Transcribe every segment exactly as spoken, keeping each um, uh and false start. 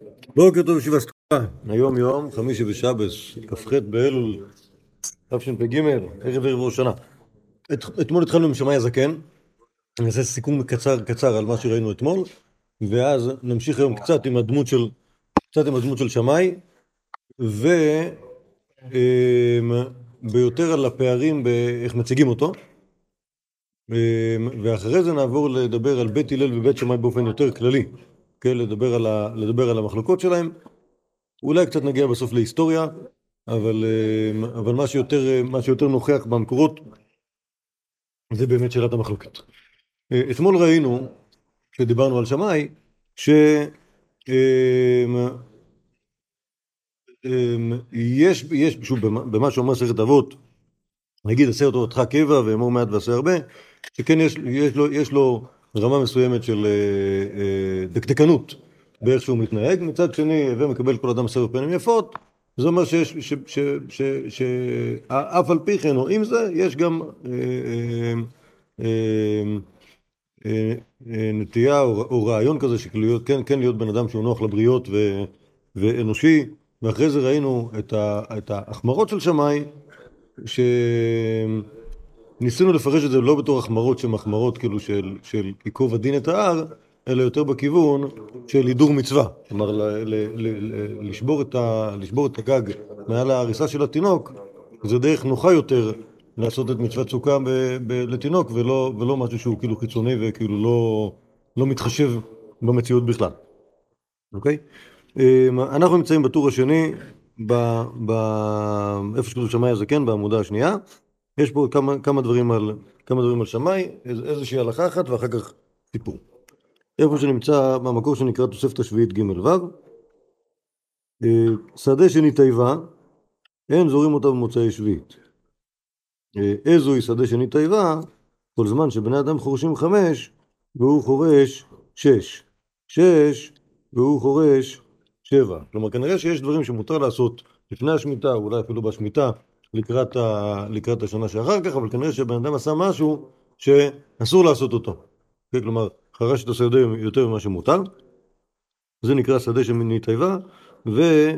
בוקר טוב ישיבה סטובה, היום יום חמישי ושבס, כ"ח באלול, תשפ"ג, ערב ערב ראש שנה. את, אתמול התחלנו עם שמאי הזקן, נעשה סיכום קצר קצר על מה שראינו אתמול, ואז נמשיך היום קצת עם הדמות של, קצת עם הדמות של שמאי, וביותר על הפערים באיך מציגים אותו, ואחרי זה נעבור לדבר על בית הלל ובית שמאי באופן יותר כללי, כן, לדבר על, ה, לדבר על המחלוקות שלהם. אולי קצת נגיע בסוף להיסטוריה, אבל, אבל מה שיותר, מה שיותר נוכח במקורות זה באמת שאלת המחלוקת. אתמול ראינו, כשדיברנו על שמאי, שיש, יש, שוב, במה שאומר מסכת אבות, נגיד עשה אותו אותך קבע ואמור מעט ועשה הרבה, שכן יש, יש, לו, יש לו רמה מסוימת של דקדקנות באיך שהוא מתנהג. מצד שני, ומקבל כל אדם סבב פנים יפות, זה אומר שיש, ש, ש, ש, ש, אף על פי כן או עם זה, יש גם אה, אה, אה, אה, נטייה או, או רעיון כזה, שכן כן, כן להיות בן אדם שהוא נוח לבריות ו, ואנושי. ואחרי זה ראינו את, ה, את ההחמרות של שמאי, שניסינו לפרש את זה לא בתור החמרות שמחמרות כאילו של, של עיקוב הדין את ההר, אלא יותר בכיוון של הידור מצווה. כלומר, ל, ל, ל, ל, לשבור, את ה, לשבור את הגג מעל ההריסה של התינוק, זה דרך נוחה יותר לעשות את מצוות סוכה ב, ב, לתינוק, ולא, ולא משהו שהוא כאילו חיצוני וכאילו לא, לא מתחשב במציאות בכלל. אוקיי? אנחנו נמצאים בטור השני, ב, ב, איפה שכתוב שמאי הזקן, בעמודה השנייה. יש פה כמה, כמה דברים על, כמה דברים על שמאי, איזושהי הלכה אחת ואחר כך סיפור. איפה שנמצא במקור שנקרא תוספת השביעית ג' ו', שדה שניטייבה, אין זורים אותה במוצאי שביעית. איזוהי שדה שניטייבה, כל זמן שבני אדם חורשים חמש, והוא חורש שש. שש, והוא חורש שבע. כלומר, כנראה שיש דברים שמותר לעשות לפני השמיטה, אולי אפילו בשמיטה, לקראת, ה... לקראת השנה שאחר כך, אבל כנראה שבן אדם עשה משהו שאסור לעשות אותו. כלומר, חרש את השדה יותר ממה שמותר. זה נקרא שדה שניטייבה, ו...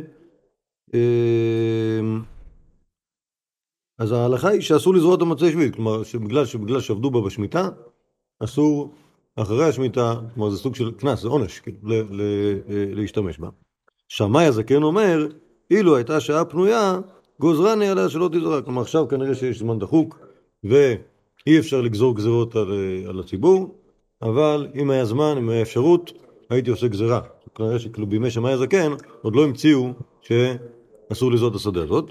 אז ההלכה היא שאסור לזרוע את המצי שביעית, כלומר, שבגלל, שבגלל שעבדו בה בשמיטה, אסור אחרי השמיטה, כלומר, זה סוג של כנס, זה עונש, כאילו, ל- ל- להשתמש בה. שמאי הזקן אומר, אילו הייתה שעה פנויה, גוזרני עליה שלא תזרע. כלומר, עכשיו כנראה שיש זמן דחוק, ואי אפשר לגזור גזרות על, על הציבור, אבל אם היה זמן, אם היה אפשרות, הייתי עושה גזרה. כנראה שכאילו בימי שמאי הזקן, עוד לא המציאו שאסור לזרוע את השדה הזאת.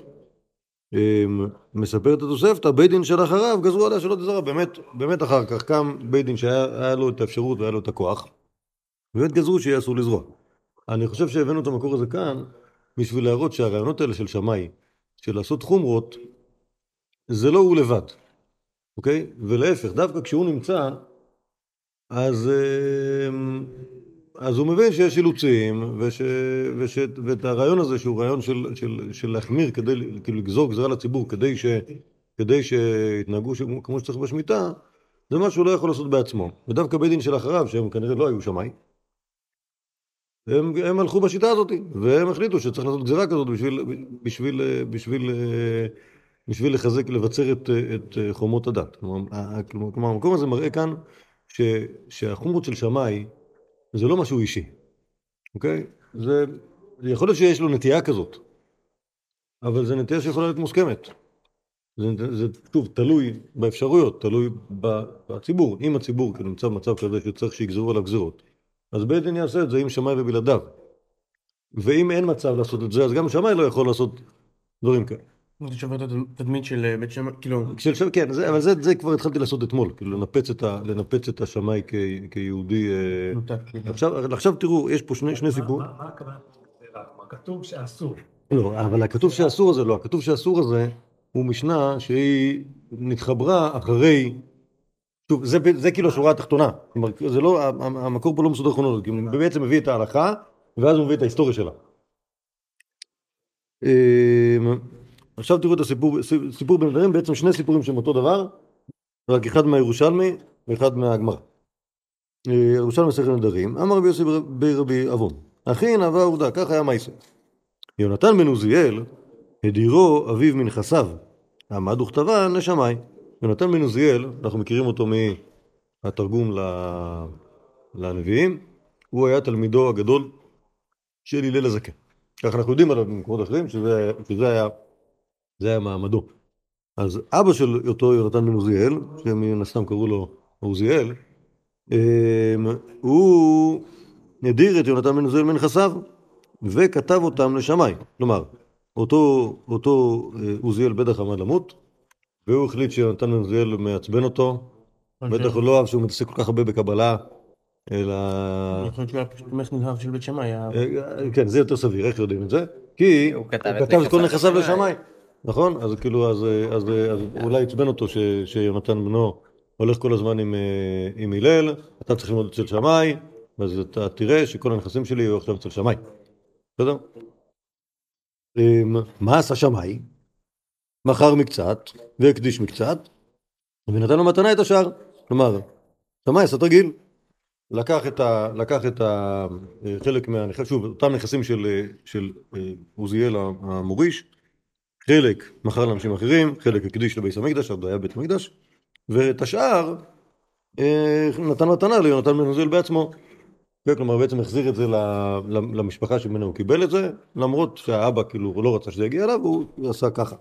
מספרת התוספתא, בית דין של אחריו גזרו עליה שלא תזרע. באמת, באמת אחר כך קם בית דין שהיה לו את האפשרות והיה לו את הכוח, ובאמת גזרו שיהיה אסור לזרוע. אני חושב שהבאנו את המקור הזה כאן בשביל להראות שהרעיונות האלה של שמאי, של לעשות חומרות, זה לא הוא לבד, אוקיי? ולהפך, דווקא כשהוא נמצא, אז, אז הוא מבין שיש אילוצים, וש, וש, ואת הרעיון הזה שהוא רעיון של, של, של להחמיר, כדי כאילו לגזור גזרה לציבור, כדי, ש, כדי שיתנהגו כמו שצריך בשמיטה, זה מה שהוא לא יכול לעשות בעצמו. ודווקא בית דין של אחריו, שהם כנראה לא היו שמאי, הם, הם הלכו בשיטה הזאת, והם החליטו שצריך לעשות גזירה כזאת בשביל, בשביל, בשביל, בשביל לחזק, לבצר את, את חומות הדת. כלומר, כלומר, המקום הזה מראה כאן ש, שהחומות של שמאי זה לא משהו אישי, אוקיי? זה, יכול להיות שיש לו נטייה כזאת, אבל זה נטייה שיכולה להיות מוסכמת. זה, זה שוב, תלוי באפשרויות, תלוי בציבור. אם הציבור נמצא במצב כזה שצריך שיגזרו על הגזירות, אז בית דין יעשה את זה עם שמאי ובלעדיו. ואם אין מצב לעשות את זה, אז גם שמאי לא יכול לעשות דברים כאלה. זה שובר את התדמית של בית שמאי, כאילו... כן, זה, אבל זה, זה כבר התחלתי לעשות אתמול, כאילו לנפץ את, ה, לנפץ את השמאי כ, כיהודי. עכשיו, עכשיו תראו, יש פה שני, שני סיפור. מה הכוונה? כתוב שאסור. לא, אבל הכתוב שאסור הזה לא, הכתוב שאסור הזה הוא משנה שהיא נתחברה אחרי... שוב, זה, זה כאילו השורה התחתונה. כלומר, זה לא, המקור פה לא מסודר כרונולוגי, הוא בעצם מביא את ההלכה, ואז הוא מביא את ההיסטוריה שלה. עכשיו תראו את הסיפור, סיפור בין דברים, בעצם שני סיפורים שהם אותו דבר, רק אחד מהירושלמי ואחד מהגמרא. ירושלמי מסכת נדרים, אמר רבי יוסי ברבי אבון, אחי נאווה עובדה, כך היה מייסה. יונתן בן עוזיאל, הדירו אביו מנכסיו, עמד וכתבה נשמי. יונתן בן עוזיאל, אנחנו מכירים אותו מהתרגום לנביאים, הוא היה תלמידו הגדול של הלל הזקן. כך אנחנו יודעים עליו במקומות אחרים, שזה, שזה היה, זה היה מעמדו. אז אבא של אותו יונתן בן עוזיאל, שמן הסתם קראו לו עוזיאל, הוא הדיר את יונתן בן עוזיאל מנכסיו, וכתב אותם לשמי. כלומר, אותו, אותו עוזיאל בטח עמד למות, והוא החליט שיונתן בן עוזיאל מעצבן אותו, בטח הוא לא אהב שהוא מתעסק כל כך הרבה בקבלה, אלא... אני חושב שהוא היה פשוט תומך נלהב של בית שמאי. כן, זה יותר סביר, איך יודעים את זה? כי הוא כתב את כל נכסיו לשמי. נכון? אז כאילו, אז אולי עצבן אותו שיונתן בנו הולך כל הזמן עם הלל, אתה צריך ללמוד אצל שמאי, ואז אתה תראה שכל הנכסים שלי יהיו עכשיו אצל שמאי. בסדר? מה עשה שמאי? מכר מקצת והקדיש מקצת, ונתן לו מתנה את השאר. כלומר, שמאי עשה תרגיל. לקח את ה, לקח את ה, חלק מהנכסים, שוב, אותם נכסים של, של עוזיאל המוריש, חלק מכר לאנשים אחרים, חלק הקדיש לבית המקדש, עוד היה בית המקדש, ואת השאר נתן מתנה ליונתן בן עוזיאל בעצמו. כלומר, בעצם החזיר את זה למשפחה שממנה הוא קיבל את זה, למרות שהאבא כאילו לא רצה שזה יגיע אליו, הוא עשה ככה.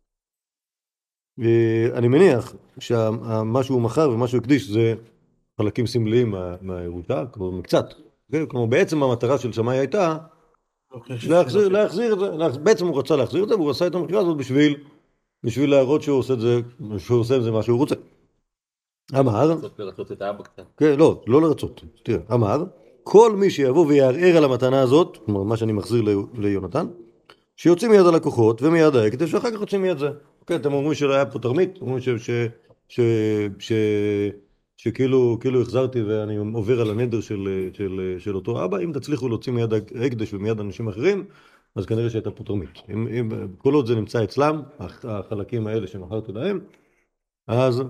אני מניח שמה שהוא מכר ומה שהוא הקדיש זה חלקים סמליים מהירושה, כלומר מקצת. כלומר, בעצם המטרה של שמאי הייתה להחזיר, להחזיר את זה. בעצם הוא רצה להחזיר את זה, והוא עשה את המכירה הזאת בשביל, בשביל להראות שהוא עושה את זה, שהוא עושה את זה מה שהוא רוצה. אמר... לרצות את האבא קצת. כן, לא, לא לרצות. תראה, אמר, כל מי שיבוא ויערער על המתנה הזאת, כלומר, מה שאני מחזיר ליונתן, שיוצא מיד הלקוחות ומיד ההקדש, ואחר כך יוצאים מיד זה. אוקיי, אתם אומרים שלא היה פה תרמית, אומרים ש... ש... ש... ש... שכאילו כאילו החזרתי ואני עובר על הנדר של, של, של אותו אבא. אם תצליחו להוציא מיד ההקדש ומיד אנשים אחרים, אז כנראה שהייתה פה תרמית. אם, אם, כל עוד זה נמצא אצלם, החלקים האלה שמכרתי להם, אז,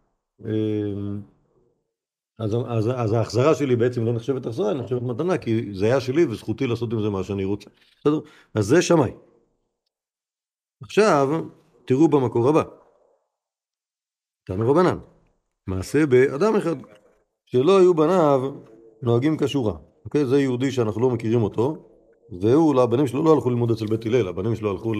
אז, אז, אז ההחזרה שלי בעצם לא נחשבת החזרה, היא נחשבת מתנה, כי זה היה שלי וזכותי לעשות עם זה מה שאני רוצה. בסדר? אז זה שמאי. עכשיו, תראו במקור הבא. תנו רבנן. מעשה באדם אחד, שלא היו בניו נוהגים כשורה. אוקיי? זה יהודי שאנחנו לא מכירים אותו, והוא, הבנים שלו לא הלכו ללמוד אצל בית הלל, הבנים שלו הלכו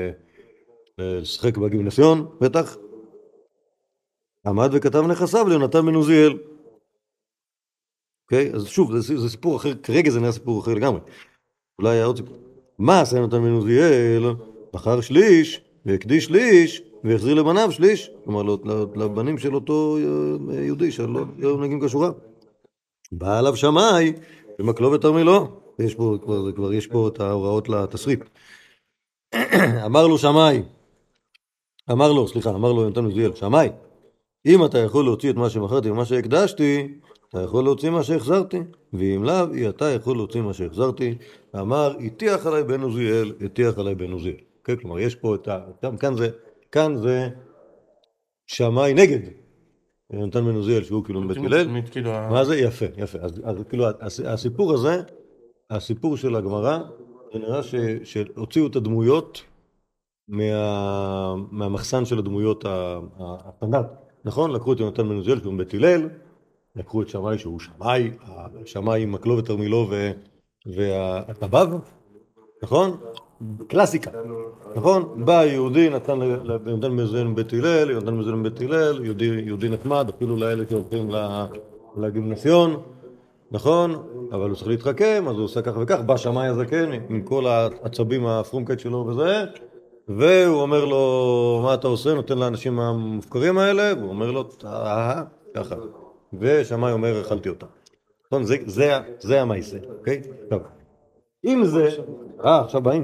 לשחק בגימנסיון, בטח. עמד וכתב נכסיו ליונתן בן עוזיאל. אוקיי? אז שוב, זה, זה סיפור אחר, כרגע זה נהיה סיפור אחר לגמרי. אולי היה עוד סיפור. מה עשה יונתן בן עוזיאל? בחר שליש, והקדיש שליש, והחזיר לבניו שליש, כלומר לבנים של אותו יהודי שלא נוהגים כשורה. בא עליו שמאי במקלו ותרמילו. יש פה, כבר, כבר יש פה את ההוראות לתסריט. אמר לו שמאי, אמר לו, סליחה, אמר לו יונתן בן עוזיאל, שמאי, אם אתה יכול להוציא את מה שמכרתי ומה שהקדשתי, אתה יכול להוציא מה שהחזרתי, ואם לאו, אי אתה יכול להוציא מה שהחזרתי. אמר, הטיח עליי בן עוזיאל, הטיח עליי בן עוזיאל. Okay, כלומר, יש פה את ה... כאן זה, כאן זה שמאי נגד יונתן בן עוזיאל, שהוא כאילו מבית הלל. מה זה? יפה, יפה. אז, אז כאילו, הסיפור הזה, הסיפור של הגמרא, זה נראה ש, שהוציאו את הדמויות מה, מהמחסן של הדמויות הסטנדרט. נכון? לקחו את יונתן בן עוזיאל, שהוא מבית הלל, לקחו את שמאי, שהוא שמאי, שמאי עם מקלו ותרמילו והטבב, נכון? קלאסיקה, נכון? בא יהודי, נתן ליונתן בן עוזיאל בית הלל, יונתן בן עוזיאל בית הלל, יהודי נחמד, אפילו לאלה שהולכים לגימנסיון, נכון? אבל הוא צריך להתחכם, אז הוא עושה כך וכך, בא שמאי הזקן עם כל העצבים הפרומקט שלו וזה, והוא אומר לו, מה אתה עושה? נותן לאנשים המופקרים האלה, והוא אומר לו, אה, ככה. ושמאי אומר, אכלתי אותה. נכון? זה המעשה, אוקיי? טוב. אם זה... אה, עכשיו באים.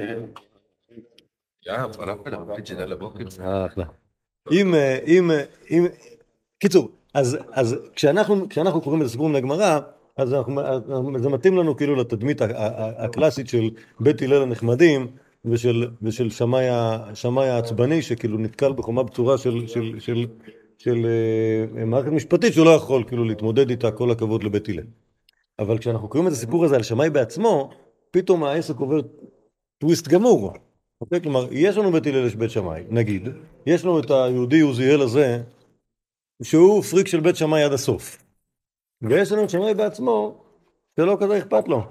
יאה, פלאפל, אמרתי ג'ינה לבוקר. אה, אחלה. אם, אם, אם... קיצור, אז, אז כשאנחנו, כשאנחנו קוראים את הסיפורים לגמרא, אז אנחנו, זה מתאים לנו כאילו לתדמית הקלאסית של בית הלל הנחמדים, ושל, ושל שמאי, שמאי העצבני, שכאילו נתקל בחומה בצורה של, של, של, של, של מערכת משפטית, שהוא לא יכול כאילו להתמודד איתה, כל הכבוד לבית הלל. אבל כשאנחנו קוראים את הסיפור הזה על שמאי בעצמו, פתאום העסק עובר טוויסט גמור. אוקיי? כלומר, יש לנו בית הלל יש בית שמאי, נגיד, יש לנו את היהודי עוזיאל הזה, שהוא פריק של בית שמאי עד הסוף. ויש לנו את שמאי בעצמו, שלא כזה אכפת לו.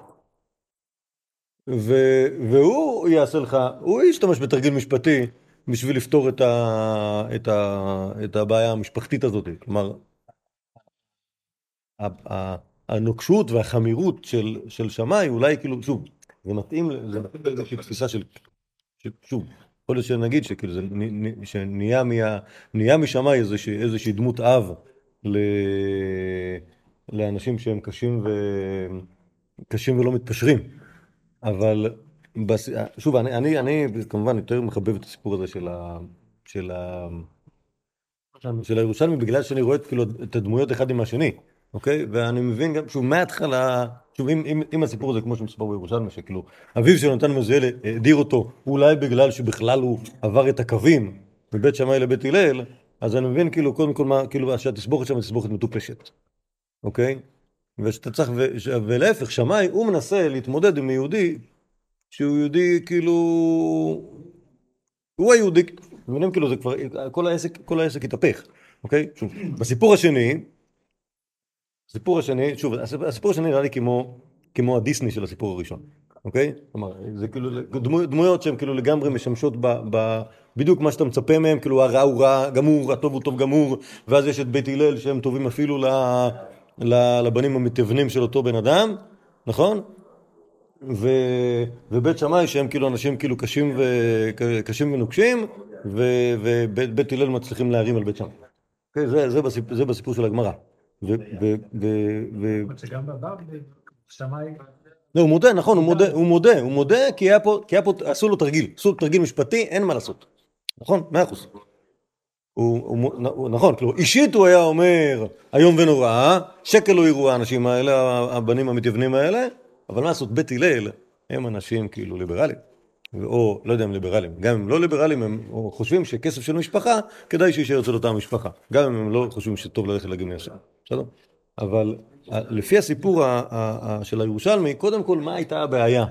ו- והוא יעשה לך, הוא ישתמש בתרגיל משפטי בשביל לפתור את, ה- את, ה- את הבעיה המשפחתית הזאת. כלומר, ה- ה- הנוקשות והחמירות של, של שמאי, אולי כאילו, שוב, זה מתאים, זה מתאים לאיזושהי תפיסה של, של, שוב, יכול להיות שנגיד שכאילו זה נ- נ- שנהיה מה- נהיה משמאי איזושהי, איזושהי דמות אב ל, לאנשים שהם קשים ו... קשים ולא מתפשרים. אבל בס... שוב, אני, אני, אני כמובן יותר מחבב את הסיפור הזה של ה... של ה... של הירושלמי, בגלל שאני רואה את, כאילו, את הדמויות אחד עם השני, אוקיי? ואני מבין גם, שוב, מההתחלה, שוב, אם, אם, אם הסיפור הזה כמו שמספר בירושלמי, שכאילו, אביו של נתן מזוהל הדיר אותו, אולי בגלל שבכלל הוא עבר את הקווים מבית שמאי לבית הלל, אז אני מבין, כאילו, קודם כל, מה, כאילו, שהתסבוכת שם היא תסבוכת מטופשת, אוקיי? ושאתה צריך, ו... ולהפך, שמאי, הוא מנסה להתמודד עם יהודי, שהוא יהודי, כאילו, הוא היהודי, מבינים, כאילו, זה כבר, כל העסק, כל העסק התהפך, אוקיי? שוב, בסיפור השני, הסיפור השני, שוב, הסיפור השני נראה לי כמו, כמו הדיסני של הסיפור הראשון, אוקיי? כלומר, זה כאילו, דמו, דמויות שהן כאילו לגמרי משמשות ב, ב, בדיוק מה שאתה מצפה מהם, כאילו, הרע הוא רע גמור, הטוב הוא טוב גמור, ואז יש את בית הלל שהם טובים אפילו ל... לבנים המתייוונים של אותו בן אדם, נכון? ו... ובית שמאי שהם כאילו אנשים כאילו קשים, ו... קשים ונוקשים, ו... ובית בית הלל מצליחים להרים על בית שמאי. Okay, זה, זה, בסיפ... זה בסיפור של הגמרא. ו... ו... ו... ו... שגם בבבלי, שמאי... לא, הוא מודה, נכון, הוא מודה, הוא מודה, הוא מודה כי היה פה, כי היה פה, עשו לו תרגיל, עשו לו תרגיל משפטי, אין מה לעשות. נכון? מאה אחוז. הוא, הוא, הוא, נכון, כאילו, אישית הוא היה אומר, איום ונורא, שקל לא יראו האנשים האלה, הבנים המתייוונים האלה, אבל מה לעשות, בית הלל, הם אנשים כאילו ליברליים, או לא יודע אם ליברליים, גם אם לא ליברליים, הם חושבים שכסף של משפחה, כדאי שישאר אצל אותה משפחה, גם אם הם לא חושבים שטוב ללכת לגימנסיה, בסדר? אבל לפי הסיפור ה, ה, ה, של הירושלמי, קודם כל, מה הייתה הבעיה?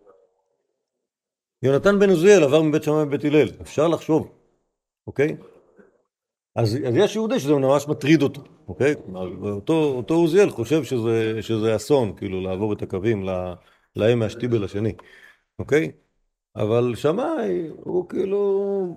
יונתן בן עוזיאל עבר מבית שמאי לבית הלל, אפשר לחשוב, אוקיי? אז, אז יש יהודי שזה ממש מטריד אותו, אוקיי? אותו, אותו עוזיאל חושב שזה, שזה אסון, כאילו, לעבור את הקווים להם מהשטיבל השני, אוקיי? אבל שמאי הוא כאילו...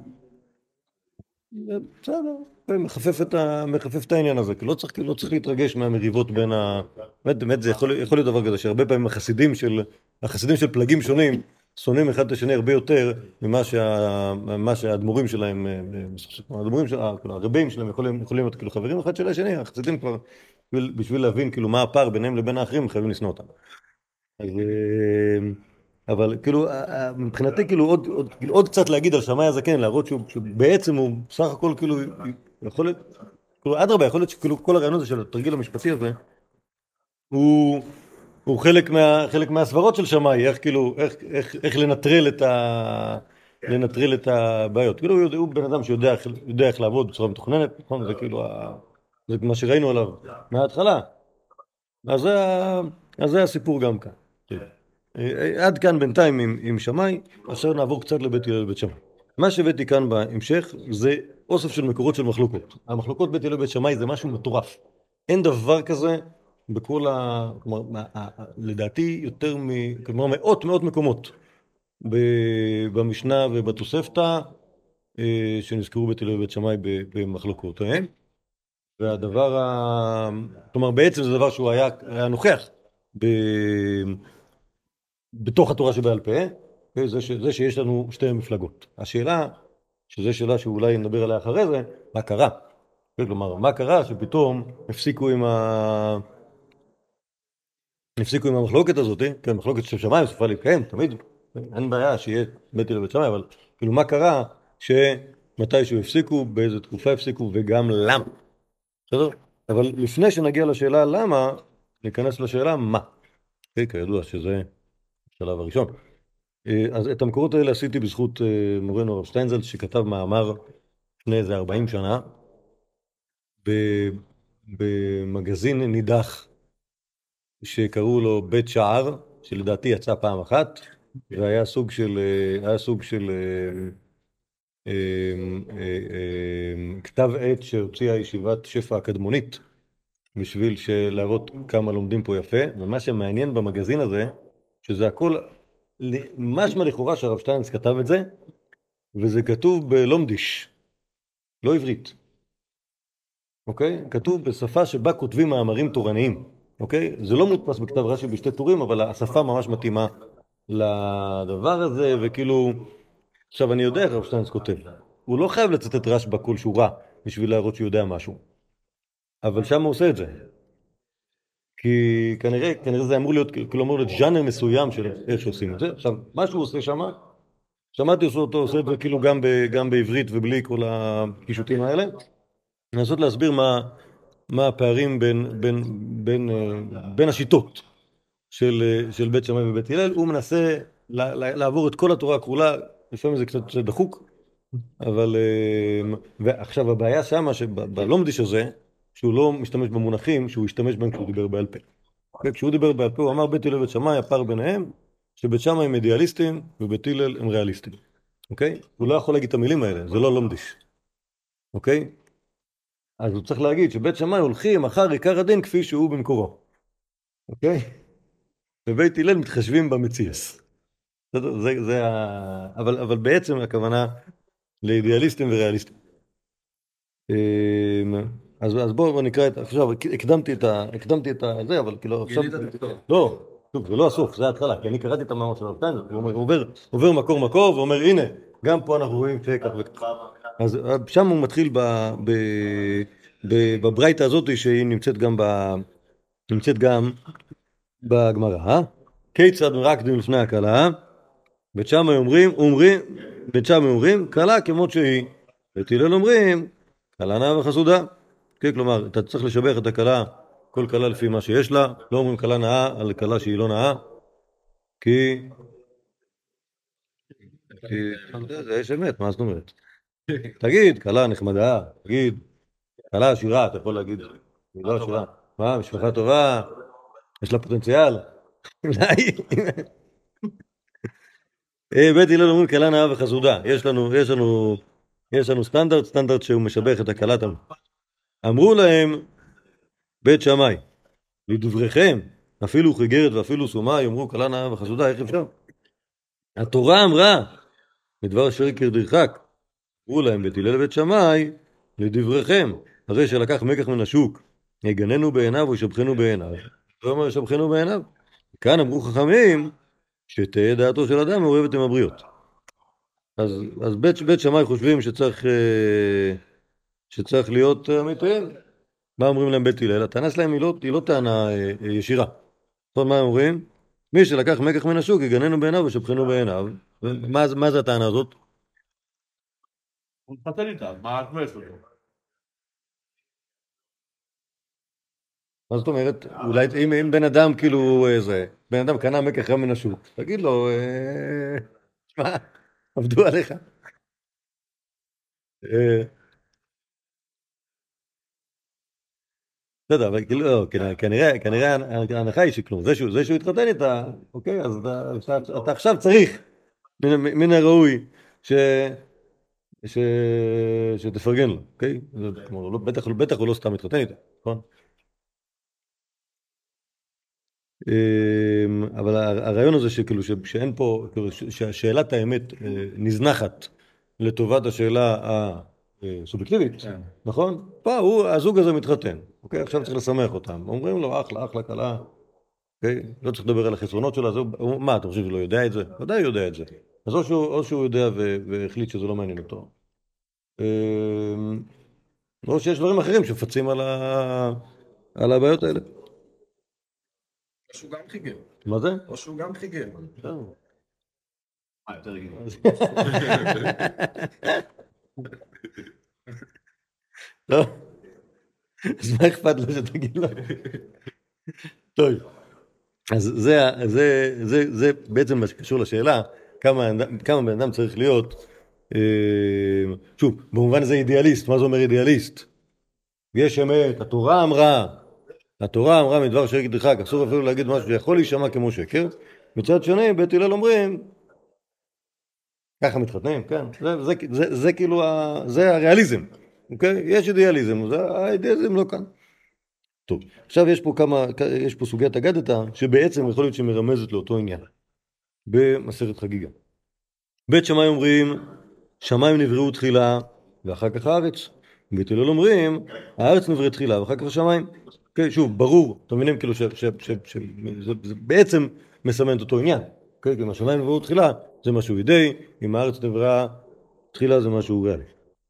בסדר, מחפף את, ה, מחפף את העניין הזה, כי לא צריך, לא צריך להתרגש מהמריבות בין ה... באמת, באמת זה יכול, יכול להיות דבר כזה, שהרבה פעמים החסידים של, החסידים של פלגים שונים, שונאים אחד את השני הרבה יותר ממה שה, מה שהאדמו"רים שלהם, האדמו"רים של, הרבים שלהם יכולים, יכולים להיות כאילו חברים אחד של השני, החסידים כבר, בשביל, בשביל להבין כאילו מה הפער ביניהם לבין האחרים, חייבים לשנוא אותם. אז, אבל כאילו, מבחינתי כאילו עוד, עוד, כאילו, עוד קצת להגיד על שמאי הזקן, להראות שהוא, שבעצם הוא סך הכל כאילו, יכול להיות, כאילו, אדרבה, יכול להיות שכאילו כל הרעיון הזה של התרגיל המשפטי הזה, הוא... הוא חלק מה חלק מהסברות של שמאי, איך כאילו איך איך איך לנטרל את ה לנטרל את הבעיות. כאילו הוא, הוא בן אדם שיודע יודע איך לעבוד בצורה מתוכננת, נכון? זה כאילו ה, זה מה שראינו עליו מההתחלה. אז זה אז זה הסיפור גם כאן. עד כאן בינתיים עם עם שמאי, עכשיו נעבור קצת לבית הלל בית שמאי. מה שהבאתי כאן בהמשך זה אוסף של מקורות של מחלוקות. המחלוקות בית הלל בית שמאי זה משהו מטורף. אין דבר כזה בכל ה... כלומר, לדעתי יותר מ... כלומר, מאות מאות מקומות במשנה ובתוספתא שנזכרו בית הלל ובית שמאי במחלוקותיהם. והדבר ה... כלומר, בעצם זה דבר שהוא היה, היה נוכח ב... בתוך התורה שבעל פה, זה, ש... זה שיש לנו שתי מפלגות. השאלה, שזו שאלה שאולי נדבר עליה אחרי זה, מה קרה? כלומר, מה קרה שפתאום הפסיקו עם ה... הפסיקו עם המחלוקת הזאת, כן, מחלוקת של שמיים סופה להתקיים, תמיד, אין בעיה שיהיה בית הלל בית שמאי, אבל כאילו מה קרה שמתישהו הפסיקו, באיזו תקופה הפסיקו וגם למה, בסדר? אבל לפני שנגיע לשאלה למה, ניכנס לשאלה מה, okay, כידוע שזה השלב הראשון. אז את המקורות האלה עשיתי בזכות מורנו הרב שטיינזלץ, שכתב מאמר לפני איזה ארבעים שנה, במגזין נידח, שקראו לו בית שער, שלדעתי יצא פעם אחת, והיה סוג של, היה סוג של אה, אה, אה, כתב עת שהוציאה ישיבת שפע הקדמונית, בשביל להראות כמה לומדים פה יפה, ומה שמעניין במגזין הזה, שזה הכל, משמע לכאורה שהרב שטיינץ כתב את זה, וזה כתוב בלומדיש, לא עברית. אוקיי? כתוב בשפה שבה כותבים מאמרים תורניים. אוקיי? זה לא מודפס בכתב רש"י בשתי טורים, אבל השפה ממש מתאימה לדבר הזה, וכאילו, עכשיו אני יודע איך הרב שטיינץ כותב. הוא לא חייב לצטט רשב"א כל שורה בשביל להראות שהוא יודע משהו. אבל שם הוא עושה את זה. כי כנראה, כנראה זה אמור להיות, כאילו אמור להיות ז'אנר מסוים של איך שעושים את זה. עכשיו, מה שהוא עושה שם, שמעתי אותו עושה את זה כאילו גם, ב, גם בעברית ובלי כל הקישוטים האלה. לנסות להסביר מה, מה הפערים בין, בין, בין, בין השיטות של, של בית שמאי ובית הלל. הוא מנסה לעבור את כל התורה הכחולה, לפעמים זה קצת, קצת דחוק, אבל ועכשיו הבעיה שמה שבלומדיש הזה, שהוא לא משתמש במונחים, שהוא השתמש בהם כשהוא דיבר בעל פה. כשהוא דיבר בעל פה, הוא אמר בית הלל ובית שמאי, הפער ביניהם, שבית שמאי הם אידיאליסטים ובית הלל הם ריאליסטים. אוקיי? הוא לא יכול להגיד את המילים האלה, זה לא לומדיש. אוקיי? אז הוא צריך להגיד שבית שמאי הולכים אחר עיקר הדין כפי שהוא במקורו. אוקיי? ובית הלל מתחשבים במציאס. זה, זה, זה ה... אבל, אבל בעצם הכוונה לאידיאליסטים וריאליסטים. אז, אז בואו בוא נקרא את... עכשיו, הקדמתי את ה... הקדמתי את ה... זה, אבל כאילו עכשיו... לא, טוב, זה לא הסוף, זה ההתחלה, כי אני קראתי את המאמר של הרב שטיינץ, הוא עובר, עובר מקור מקור ואומר, הנה, גם פה אנחנו רואים שכך וכך. אז שם הוא מתחיל ב... ב... בברייתא הזאת שהיא נמצאת גם ב... נמצאת גם בגמרא, אה? כיצד מרקדים לפני הקלה, בית שמאי אומרים, אומרים, בית שמאי אומרים, קלה כמות שהיא. בית הלל אומרים, קלה נאה וחסודה. כן, כלומר, אתה צריך לשבח את הקלה, כל קלה לפי מה שיש לה, לא אומרים קלה נאה על קלה שהיא לא נאה, כי... כי... זה יש אמת, מה זאת אומרת? תגיד, קלה נחמדה, תגיד, קלה עשירה, אתה יכול להגיד, היא לא עשירה. מה, משפחה טובה, יש לה פוטנציאל. אולי. בית הלל אומרים קלה נאה וחסודה. יש לנו, יש לנו, יש לנו סטנדרט, סטנדרט שהוא משבח את הקלת. אמרו להם, בית שמאי, לדבריכם, אפילו חיגרת ואפילו סומה, יאמרו קלה נאה וחסודה, איך אפשר? התורה אמרה, מדבר אשר יקר דרחק, אמרו להם, בית הלל ובית שמאי, לדבריכם, הרי שלקח מקח מן השוק, יגננו בעיניו וישבחנו בעיניו. זה אומר, ישבחנו בעיניו. כאן אמרו חכמים, שתהיה דעתו של אדם מעורבת עם הבריות. אז, אז בית, בית שמאי חושבים שצריך, שצריך להיות אמיתיים. מה אומרים להם בית הלל? הטענה שלהם היא לא, היא לא טענה ישירה. זאת אומרת, מה אומרים? מי שלקח מקח מן השוק, יגננו בעיניו וישבחנו בעיניו. מה, מה זה הטענה הזאת? הוא מתחתן איתה, מה את אומרת אותו? מה זאת אומרת? אולי אם, אם בן אדם כאילו איזה, בן אדם קנה מקח מן השוק, תגיד לו, שמע, עבדו עליך. בסדר, אבל כאילו, כנראה, כנראה ההנחה היא שכלום, זה שהוא, זה שהוא התחתן איתה, אוקיי, אז אתה, אתה עכשיו צריך, מן, מן הראוי, ש, ש, שתפרגן לו, אוקיי? כלומר, בטח, בטח הוא לא סתם התחתן איתה, נכון? אבל הרעיון הזה שכאילו שאין פה, שהשאלת האמת נזנחת לטובת השאלה הסובייקטיבית, נכון? פה הוא, הזוג הזה מתחתן, אוקיי? עכשיו צריך לשמח אותם. אומרים לו, אחלה, אחלה, קלה, אוקיי? לא צריך לדבר על החסרונות שלה, מה, אתה חושב שלא יודע את זה? ודאי יודע את זה. אז או שהוא, או שהוא יודע והחליט שזה לא מעניין אותו. או שיש דברים אחרים שפצים על ה... על הבעיות האלה. או שהוא גם חיגר. מה זה? או שהוא גם חיגר. מה, יותר רגיל. לא. אז מה אכפת לו שתגיד לו? טוב. אז זה, זה, זה, זה בעצם מה שקשור לשאלה, כמה, כמה בן אדם צריך להיות, שוב, במובן הזה אידיאליסט. מה זה אומר אידיאליסט? יש אמת, התורה אמרה, התורה אמרה מדבר שקר תרחק, אסור אפילו להגיד משהו שיכול להישמע כמו שקר. מצד שני, בית הלל אומרים, ככה מתחתנים, כן, זה, זה, זה, זה כאילו, ה, זה הריאליזם, אוקיי? יש אידיאליזם, זה, האידיאליזם לא כאן. טוב, עכשיו יש פה כמה, יש פה סוגיית אגדתא, שבעצם יכול להיות שמרמזת לאותו עניין, במסכת חגיגה. בית שמאי אומרים, שמיים נבראו תחילה, ואחר כך הארץ. בית הלל אומרים, הארץ נבראת תחילה, ואחר כך השמיים. אוקיי, שוב, ברור, אתם מבינים כאילו שזה בעצם מסמן את אותו עניין. אוקיי, כי אם השמיים נבראו תחילה, זה משהו אידאי, אם הארץ נבראה תחילה, זה משהו ריאלי.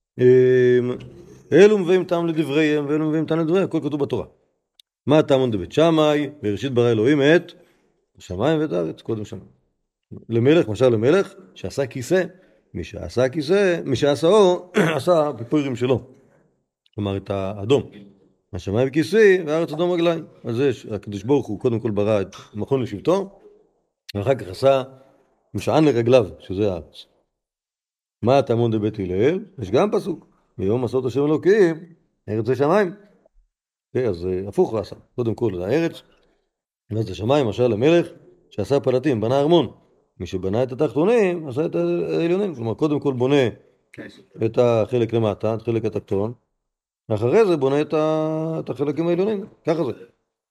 אלו מביאים טעם לדבריהם, ואלו מביאים טעם לדבריהם, הכל כתוב בתורה. מה טעמון דבית שמאי, בראשית ברא אלוהים את השמיים ואת הארץ, קודם שמיים. למלך, משל למלך, שעשה כיסא, מי שעשה כיסא, מי שעשאו, עשה בפוירים שלו. כלומר, את האדום. השמיים כיסא, והארץ אדום רגליים. אז יש, הקדוש ברוך הוא קודם כל ברא את מכון לשבטו, ואחר כך עשה משען לרגליו, שזה הארץ. מה טעמון דבית הלל? יש גם פסוק. ביום עשות השם אלוקים, ארץ השמיים. Okay, אז הפוך הוא עשה. קודם כל, הארץ, ואז השמיים, משל למלך, שעשה פלטים, בנה ארמון. מי שבנה את התחתונים, עשה את העליונים. כלומר, קודם כל בונה את החלק למטה, את החלק התחתון, ואחרי זה בונה את החלקים העליונים. ככה זה.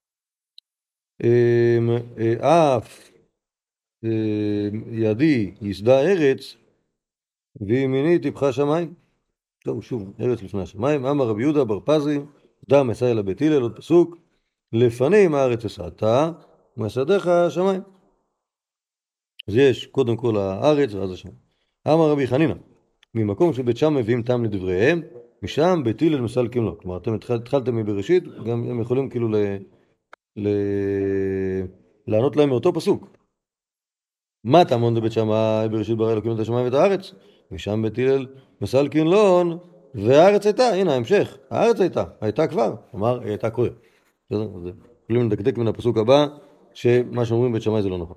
אף ידי יסדה ארץ, וימיני טיפחה שמיים. טוב, שוב, ארץ לפני השמיים. אמר רבי יהודה בר פזי, דם אשא אל בית הלל, עוד פסוק, לפנים הארץ אשאתה, ומסעדיך השמיים. אז יש קודם כל הארץ ואז השמיים. אמר רבי חנינא, ממקום שבית שם מביאים טעם לדבריהם, משם בית הלל מסלקים לו. כלומר, אתם התחלתם מבראשית, גם הם יכולים כאילו ל... ל... לענות להם מאותו פסוק. מה טעמון דבית שמאי, בראשית ברא אלוקים את השמיים ואת הארץ? משם בית הלל מסלקים לון, והארץ הייתה, הנה ההמשך, הארץ הייתה, הייתה כבר, כלומר, היא הייתה קודם. יכולים לדקדק מן הפסוק הבא, שמה שאומרים בית שמאי זה לא נכון.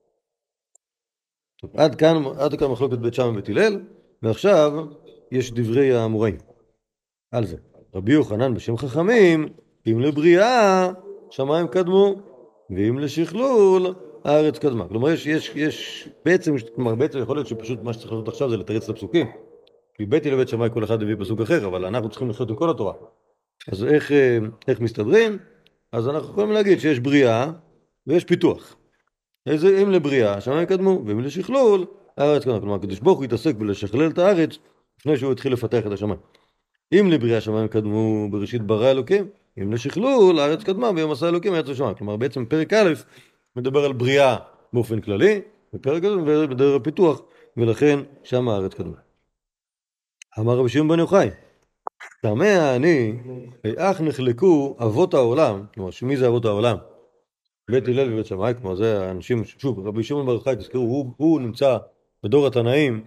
טוב, עד כאן, עד כאן מחלוקת בית שמאי ובית הלל, ועכשיו יש דברי האמוראים על זה. רבי יוחנן בשם חכמים, אם לבריאה, שמיים קדמו, ואם לשכלול, הארץ קדמה. כלומר, יש, יש, יש, בעצם, כלומר, בעצם יכול להיות שפשוט מה שצריך לעשות עכשיו זה לתרץ את הפסוקים. כי בית הלל ובית שמאי כל אחד הביא פסוק אחר, אבל אנחנו צריכים לחיות עם כל התורה. אז איך, איך מסתדרים? אז אנחנו יכולים להגיד שיש בריאה ויש פיתוח. איזה, אם לבריאה, שמיים קדמו, ואם לשכלול, הארץ קדמה. כלומר, הקדוש ברוך הוא התעסק בלשכלל את הארץ לפני שהוא התחיל לפתח את השמיים. אם לבריאה, שמיים קדמו, בראשית ברא אלוקים, אם לשכלול, הארץ קדמה, ביום עשה אלוקים, הארץ השמיים. כלומר, בעצם פרק א' מדבר על בריאה באופן כללי, ופרק א' מדבר על פיתוח, ולכן שם הארץ קדמה. אמר רבי שמעון בן יוחאי, תמה אני, איך נחלקו אבות העולם, כלומר, שמי זה אבות העולם? בית הלל ובית שמאי, כלומר, זה האנשים, שוב, רבי שמעון בן יוחאי, תזכרו, הוא, הוא נמצא בדור התנאים,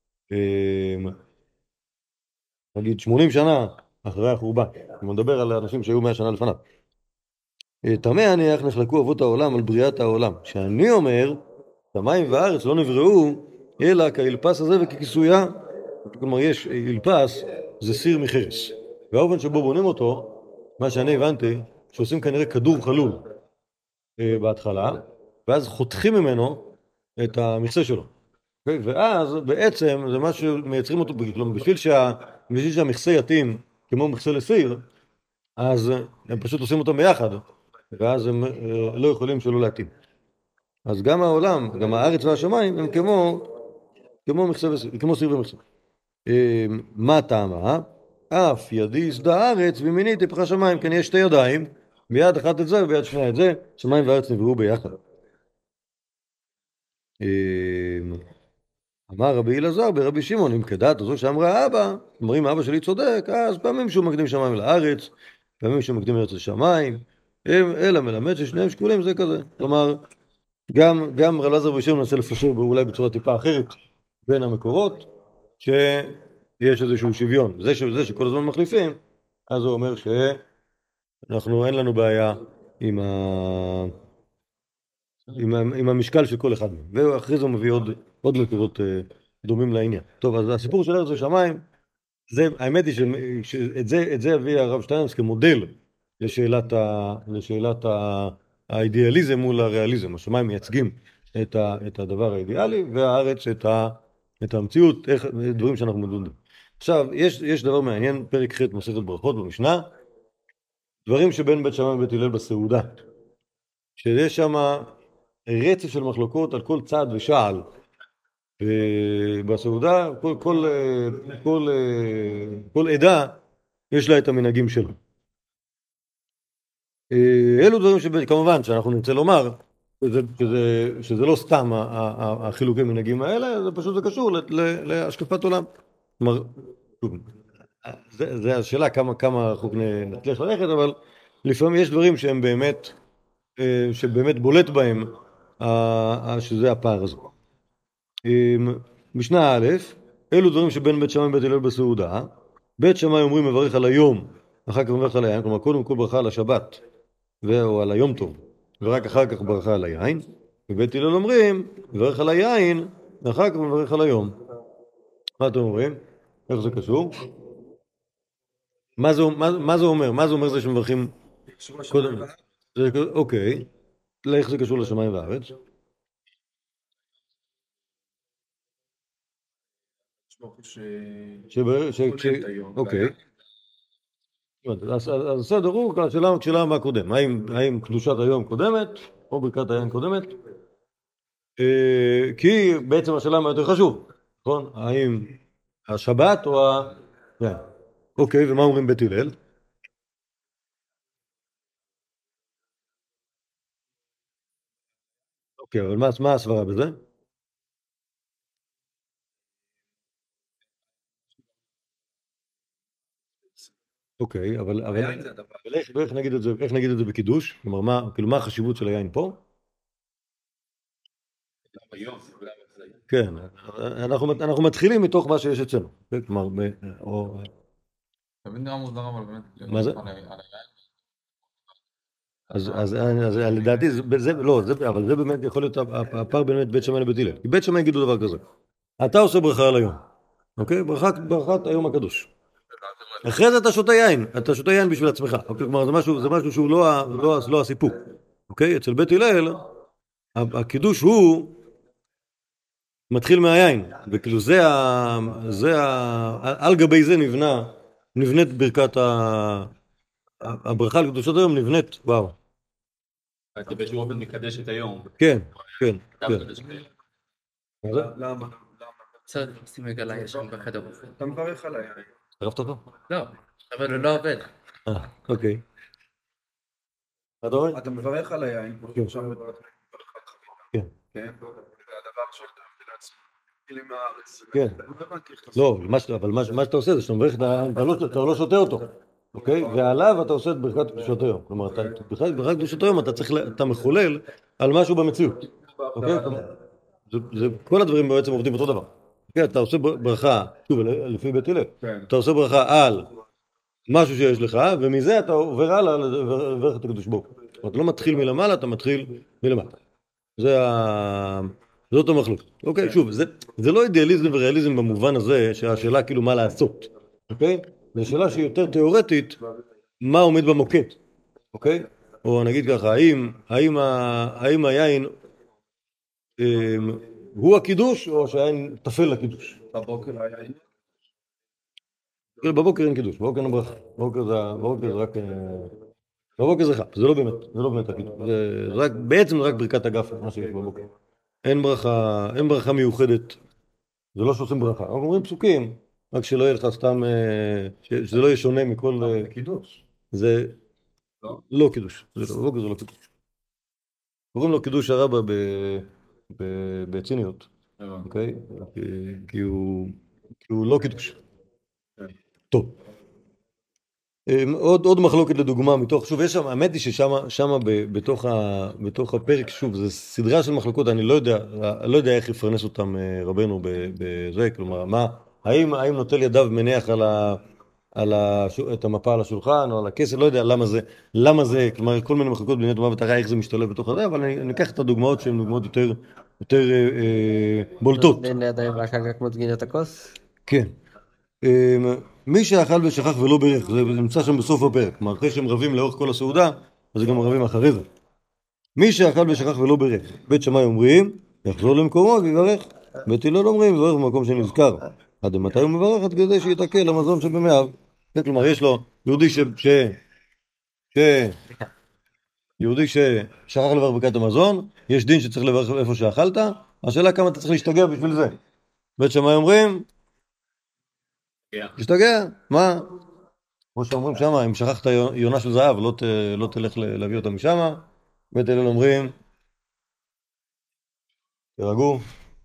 נגיד שמונים שנה אחרי החורבן, אני מדבר על האנשים שהיו מאה שנה לפניו. תמה אני, איך נחלקו אבות העולם על בריאת העולם, שאני אומר, שמיים וארץ לא נבראו, אלא כאלפס הזה וככיסויה. כלומר, יש אלפס, זה סיר מחרס. והאופן שבו בונים אותו, מה שאני הבנתי, שעושים כנראה כדור חלול אה, בהתחלה, ואז חותכים ממנו את המכסה שלו. Okay? ואז בעצם זה מה שמייצרים אותו, כלומר, בשביל, שה, בשביל שהמכסה יתאים כמו מכסה לסיר, אז הם פשוט עושים אותם ביחד, ואז הם אה, לא יכולים שלא להתאים. אז גם העולם, גם הארץ והשמיים, הם כמו, כמו, מכסה וסיר, כמו סיר ומכסה. מה טעמה? אף ידי יסדה הארץ ומיני טיפחה שמיים. כן, יש שתי ידיים, ביד אחת את זה וביד שנייה את זה, שמיים וארץ נבראו ביחד. אמר רבי אלעזר ברבי שמעון, אם כדעת הזו שאמרה אבא, אומרים אבא שלי צודק, אז פעמים שהוא מקדים שמיים לארץ, פעמים שהוא מקדים ארץ לשמיים, אלא מלמד ששניהם שקולים, זה כזה. כלומר, גם, גם רבי אלעזר ברבי שמעון ננסה לפשר אולי בצורה טיפה אחרת בין המקורות, שיש איזשהו שוויון. זה, זה שכל הזמן מחליפים, אז הוא אומר שאנחנו, אין לנו בעיה עם, ה... עם, ה... עם המשקל של כל אחד מהם. ואחרי זה הוא מביא עוד, עוד מקורות דומים לעניין. טוב, אז הסיפור של ארץ ושמיים, זה, האמת היא שאת זה, את זה הביא הרב שטיינזלץ כמודל לשאלת, ה, לשאלת ה, האידיאליזם מול הריאליזם. השמיים מייצגים את, ה, את הדבר האידיאלי, והארץ את, ה, את המציאות, איך, דברים שאנחנו מדברים. עכשיו, יש, יש דבר מעניין, פרק ח' מסכת ברכות במשנה, דברים שבין בית שמאי ובית הלל בסעודה, שיש שם רצף של מחלוקות על כל צעד ושעל. בסעודה, כל, כל, כל, כל עדה יש לה את המנהגים שלה. אלו דברים שכמובן שאנחנו נרצה לומר, שזה, שזה, שזה לא סתם החילוקי מנהגים האלה, זה פשוט זה קשור להשקפת עולם. כלומר, זה, זה השאלה כמה, כמה רחוק נצליח ללכת, אבל לפעמים יש דברים שהם באמת, שבאמת בולט בהם, שזה הפער הזה. משנה א', אלו דברים שבין בית שמאי ובית הלל בסעודה. בית שמאי אומרים מברך על היום, אחר כך מברך על היין, כלומר קודם כל ברכה על השבת או על היום טוב, ורק אחר כך ברכה על היין. ובית הלל אומרים מברך על היין, ואחר כך מברך על היום. מה אתם אומרים? איך זה קשור? מה זה, מה, מה זה אומר? מה זה אומר זה שמברכים קודם? זה, אוקיי, איך זה קשור לשמיים והארץ? אוקיי. אז הסדר הוא, השאלה מה קודם, האם קדושת היום קודמת, או ברכת היין קודמת? כי בעצם השאלה מה יותר חשוב, נכון? האם השבת או ה... אוקיי, ומה אומרים בית הלל? אוקיי, אבל מה הסברה בזה? אוקיי, אבל איך נגיד את זה, איך נגיד את זה בקידוש? כלומר, מה, כאילו, מה החשיבות של היין פה? כן, אנחנו מתחילים מתוך מה שיש אצלנו. כלומר, או... תמיד נראה מוזר, אבל באמת... מה זה? אז לדעתי, לא, אבל זה באמת יכול להיות הפער באמת בית שמאי לבית הלל. כי בית שמאי יגידו דבר כזה. אתה עושה ברכה על היום, אוקיי? ברכת היום הקדוש. אחרי זה אתה שותה יין, אתה שותה יין בשביל עצמך. אוקיי? כלומר, זה משהו, זה משהו שהוא לא, לא, לא הסיפוק. אוקיי? אצל בית הלל, הקידוש הוא מתחיל מהיין, וכאילו זה ה... זה ה... על גבי זה נבנה, נבנית ברכת ה... הברכה על קדושת היום נבנית, וואו. אתה באיזשהו אופן מקדש את היום. כן, כן, כן. למה? בסדר, שים רגע ליין שם בחדר. אתה מברך על היין. ערבת אותו? לא, אבל הוא לא עובד. אה, אוקיי. מה אתה אומר? אתה מברך על היין. כן. כן. כן. זה הדבר שאתה מביא לעצמך. גילים מהארץ. כן. לא, אבל מה שאתה עושה זה שאתה מברך, אתה לא שותה אותו. אוקיי? ועליו אתה עושה את ברכת קדושת היום. כלומר, ברכת קדושת היום אתה צריך, אתה מחולל על משהו במציאות. אוקיי? כל הדברים בעצם עובדים אותו דבר. אתה עושה ברכה, שוב, לפי בית הלל, אתה עושה ברכה על משהו שיש לך, ומזה אתה עובר הלאה לברך את הקדוש ברוך הוא. אתה לא מתחיל מלמעלה, אתה מתחיל מלמטה. זאת המחלוקת. אוקיי, שוב, זה לא אידיאליזם וריאליזם במובן הזה שהשאלה כאילו מה לעשות. אוקיי? זו שאלה שהיא יותר תיאורטית, מה עומד במוקד. אוקיי? או נגיד ככה, האם, האם, האם היין הוא הקידוש, או שהיין תפל לקידוש? בבוקר היין. בבוקר אין קידוש, בבוקר אין ברכה. בבוקר זה רק... בבוקר זה חפ, זה לא באמת, זה לא באמת הקידוש. זה רק, בעצם זה רק ברכת אגף, מה שיש בבוקר. אין ברכה, אין ברכה מיוחדת. זה לא שעושים ברכה. אנחנו אומרים פסוקים, רק שלא יהיה לך סתם, שזה לא יהיה שונה מכל... קידוש. זה לא קידוש. בבוקר זה לא קידוש. קוראים לו קידוש הרבה בציניות, אוקיי? כי הוא לא קידוש. טוב. עוד מחלוקת לדוגמה מתוך, שוב, יש שם, האמת היא ששם בתוך הפרק, שוב, זו סדרה של מחלוקות, אני לא יודע, לא יודע איך יפרנס אותם רבנו בזה, כלומר, מה, האם נוטל ידיו מניח על את המפה על השולחן או על הכסף, לא יודע למה זה, למה זה, כלומר, כל מיני מחלוקות בעניין תורה ותורה, איך זה משתלב בתוך הזה, אבל אני אקח את הדוגמאות שהן דוגמאות יותר, יותר בולטות. בין לידיים ואחר כך מוצגין את הכוס? כן. מי שאכל ושכח ולא בירך, זה נמצא שם בסוף הפרק, כלומר אחרי שהם רבים לאורך כל הסעודה, אז גם רבים אחרי זה. מי שאכל ושכח ולא בירך, בית שמאי אומרים, יחזור למקומו ויברך. בית הלל אומרים, יברך במקום שנזכר. עד מתי הוא מברך? עד כדי שיתעכל למזון שבמאיו. כלומר, יש לו יהודי ש... ש... ש... יהודי ששכח לברך ברכת המזון, יש דין שצריך לברך איפה שאכלת, השאלה כמה אתה צריך להשתגע בשביל זה. בית שמאי אומרים, תשתגע, מה? כמו שאומרים שמה, אם שכחת יונה של זהב, לא, ת, לא תלך להביא אותה משמה. בית הלל אומרים, תרגעו,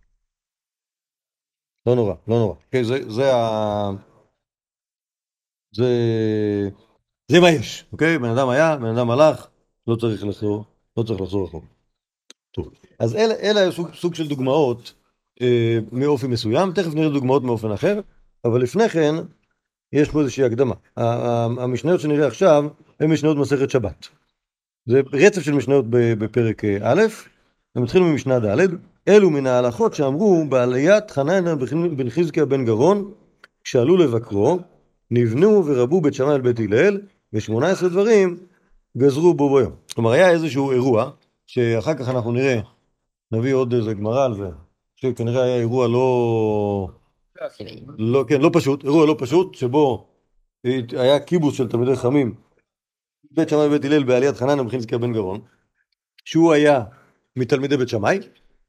לא נורא, לא נורא. Okay, זה, זה ה... זה... זה מה יש, אוקיי? Okay? בן אדם היה, בן אדם הלך, לא צריך לחזור, לא צריך לחזור אחורה. טוב, אז אלה, אלה היו סוג, סוג של דוגמאות אה, מאופי מסוים, תכף נראה דוגמאות מאופן אחר, אבל לפני כן, יש פה איזושהי הקדמה. המשניות שנראה עכשיו, הן משניות מסכת שבת. זה רצף של משניות בפרק א', הם מתחילים ממשנה ד', אלו מן ההלכות שאמרו בעליית חנניה בן חזקיה בן גרון, כשעלו לבקרו, נבנו ורבו בית שמאי אל בית הלל, ושמונה עשרה דברים גזרו בו ביום. כלומר, היה איזשהו אירוע, שאחר כך אנחנו נראה, נביא עוד איזה גמרא על זה, שכנראה היה אירוע לא... לא, כן, לא פשוט, אירוע לא פשוט, שבו היה קיבוץ של תלמידי חכמים, בית שמאי ובית הלל בעליית חנניה בן חזקיה בן גרון, שהוא היה מתלמידי בית שמאי,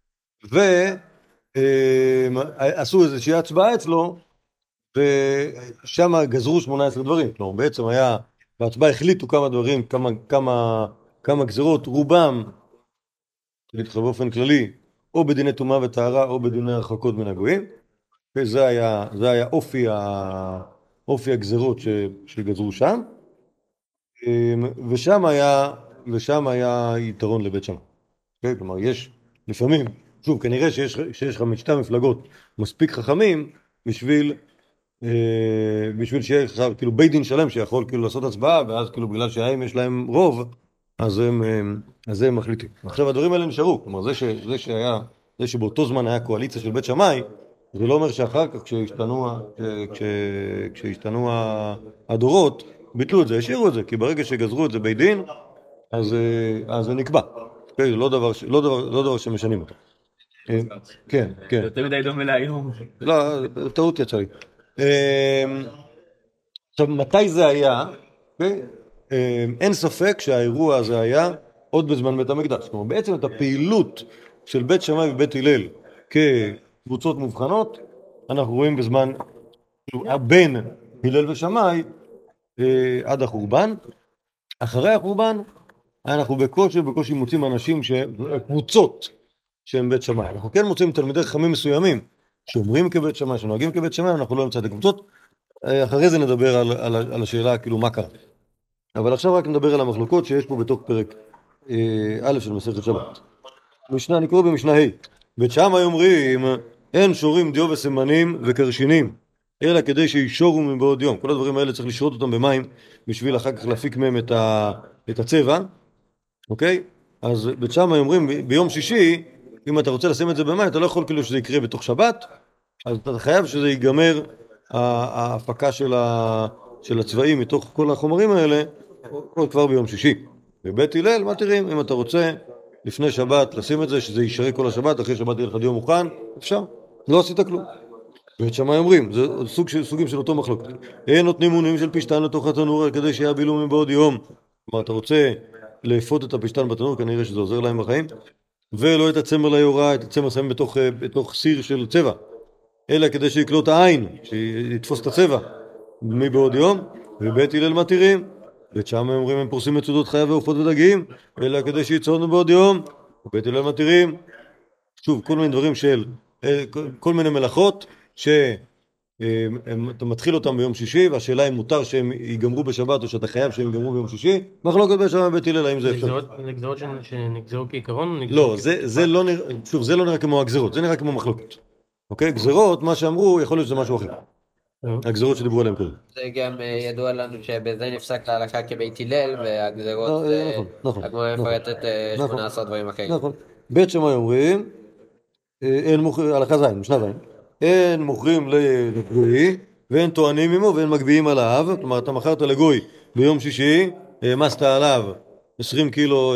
ועשו איזושהי הצבעה אצלו, ושם גזרו שמונה עשרה דברים. כלומר, בעצם היה, בהצבעה החליטו כמה דברים, כמה, כמה, כמה גזרות, רובם, באופן כללי, או בדיני טומאה וטהרה, או בדיני הרחקות מן הגויים. וזה היה, זה היה אופי, ה, אופי הגזרות ש, שגזרו שם. ושם היה, ושם היה יתרון לבית שמאי. Okay, כלומר, יש לפעמים, שוב, כנראה שיש, שיש לך משתי מפלגות מספיק חכמים בשביל, אה, בשביל שיהיה לך, כאילו, בית דין שלם שיכול כאילו לעשות הצבעה, ואז כאילו בגלל שהאם יש להם רוב, אז הם, אז הם מחליטים. עכשיו הדברים האלה נשארו, כלומר, זה, ש, זה שהיה, זה שבאותו זמן היה קואליציה של בית שמאי, זה לא אומר שאחר כך כשהשתנו, כש, כשהשתנו הדורות, ביטלו את זה, השאירו את זה, כי ברגע שגזרו את זה בית דין, אז, אז זה נקבע. זה לא דבר, לא דבר, לא דבר שמשנים אותו. כן, כן. יותר מדי דומה להיום. לא, טעות יצא לי. עכשיו, מתי זה היה? אין ספק שהאירוע הזה היה עוד בזמן בית המקדש. כלומר, בעצם את הפעילות של בית שמאי ובית הלל כקבוצות מובחנות, אנחנו רואים בזמן בין הלל ושמאי עד החורבן. אחרי החורבן, אנחנו בקושי, בקושי מוצאים אנשים, קבוצות שהם בית שמאי. אנחנו כן מוצאים תלמידי חכמים מסוימים, שאומרים כבית שמאי, שנוהגים כבית שמאי, אנחנו לא נמצא את הקבוצות. אחרי זה נדבר על, על, על השאלה, כאילו, מה קרה. אבל עכשיו רק נדבר על המחלוקות שיש פה בתוך פרק א' של מסכת שבת. משנה, אני קורא במשנה ה'. בית שמאי אומרים, אין שורים דיו וסימנים וקרשינים, אלא כדי שישורו מבעוד יום. כל הדברים האלה צריך לשרות אותם במים, בשביל אחר כך להפיק מהם את, ה, את הצבע. אוקיי? אז בית שמאי אומרים, ביום שישי, אם אתה רוצה לשים את זה במים, אתה לא יכול כאילו שזה יקרה בתוך שבת, אז אתה חייב שזה ייגמר, ההפקה של, ה, של הצבעים מתוך כל החומרים האלה, כבר ביום שישי. בבית הלל, מה תראים? אם אתה רוצה לפני שבת לשים את זה, שזה יישאר כל השבת, אחרי שבת יהיה לך דיו מוכן, אפשר, לא עשית כלום. בית שמאי אומרים, זה סוג של, סוגים של אותו מחלוקת. אין נותנים מונים של פשטן לתוך התנור כדי שיהיה בילום מבעוד יום. כלומר, אתה רוצה לאפות את הפשטן בתנור, כנראה שזה עוזר להם בחיים, ולא את הצמר ליורה, את הצמר שמים בתוך, בתוך סיר של צבע, אלא כדי שיקלוט העין, שיתפוס את הצבע מבעוד יום. ובית הלל מתירים, בית שמאי אומרים, הם פורסים מצודות חיה ועופות ודגים, אלא כדי שיצאנו בעוד יום. ובית הלל מתירים, שוב, כל מיני דברים של, כל מיני מלאכות, שאתה מתחיל אותם ביום שישי, והשאלה אם מותר שהם ייגמרו בשבת או שאתה חייב שהם ייגמרו ביום שישי. מחלוקת בית שמאי ובית הלל, האם זה אפשר? זה גזרות שנגזרו כעיקרון? לא, זה לא נראה, שוב, זה לא נראה כמו הגזרות, זה נראה כמו מחלוקת. אוקיי? גזרות, מה שאמרו, יכול להיות שזה משהו אחר. הגזרות שדיברו עליהם קודם. זה גם ידוע לנו שבזה נפסק להלכה כבית הלל, והגזרות, כמו מפרטת שמונה עשרה דברים אחרים. נכון. בית שמאי אומרים, אין מוכרים, הלכה זין, משנה זין, אין מוכרים לגוי, ואין טוענים עמו ואין מגביהים עליו. כלומר, אתה מכרת לגוי ביום שישי, העמסת עליו עשרים קילו,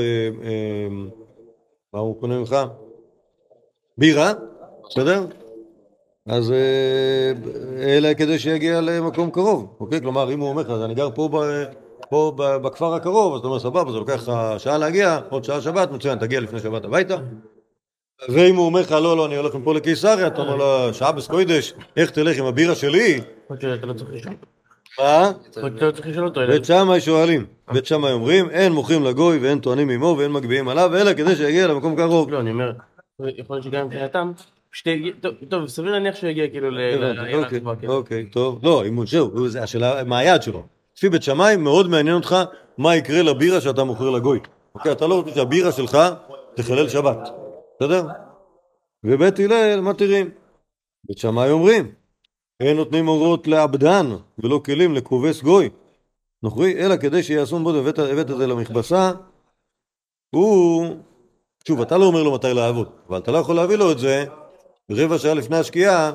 מה הוא קונה ממך? בירה, בסדר? אז אלא כדי שיגיע למקום קרוב, אוקיי? כלומר, אם הוא אומר לך, אז אני גר פה, ב, פה ב, בכפר הקרוב, אז אתה אומר, סבבה, זה לוקח לך שעה להגיע, עוד שעה שבת, מצוין, תגיע לפני שבת הביתה. ואם הוא אומר לך, לא, לא, אני הולך מפה לקיסריה, אתה אומר לו, שעה בסקוידש, איך תלך עם הבירה שלי? אתה לא צריך לשאול. מה? אתה לא צריך לשאול אותו. בית שמאי שואלים, בית שמאי אומרים, אין מוכרים לגוי ואין טוענים עמו ואין מגביהים עליו, אלא כדי שיגיע למקום קרוב. לא, אני אומר, יכול להיות שגם מבחינתם, טוב, סביר להניח שהוא יגיע כאילו לעיר הטובה. אוקיי, טוב. לא, אם הוא זהו, זה השאלה, מה היעד שלו? לפי בית שמאי מאוד מעניין אותך מה יקרה לבירה שאתה מוכר לגוי. אוקיי, אתה לא רוצה שהבירה שלך תחלל שבת. בסדר? ובית הלל מתירים. בית שמאי אומרים, אין נותנים אורות לעבדן ולא כלים לכובס גוי נוכרי, אלא כדי שיעשון בו הבאת את זה למכבסה. הוא, שוב, אתה לא אומר לו מתי לעבוד, אבל אתה לא יכול להביא לו את זה רבע שעה לפני השקיעה,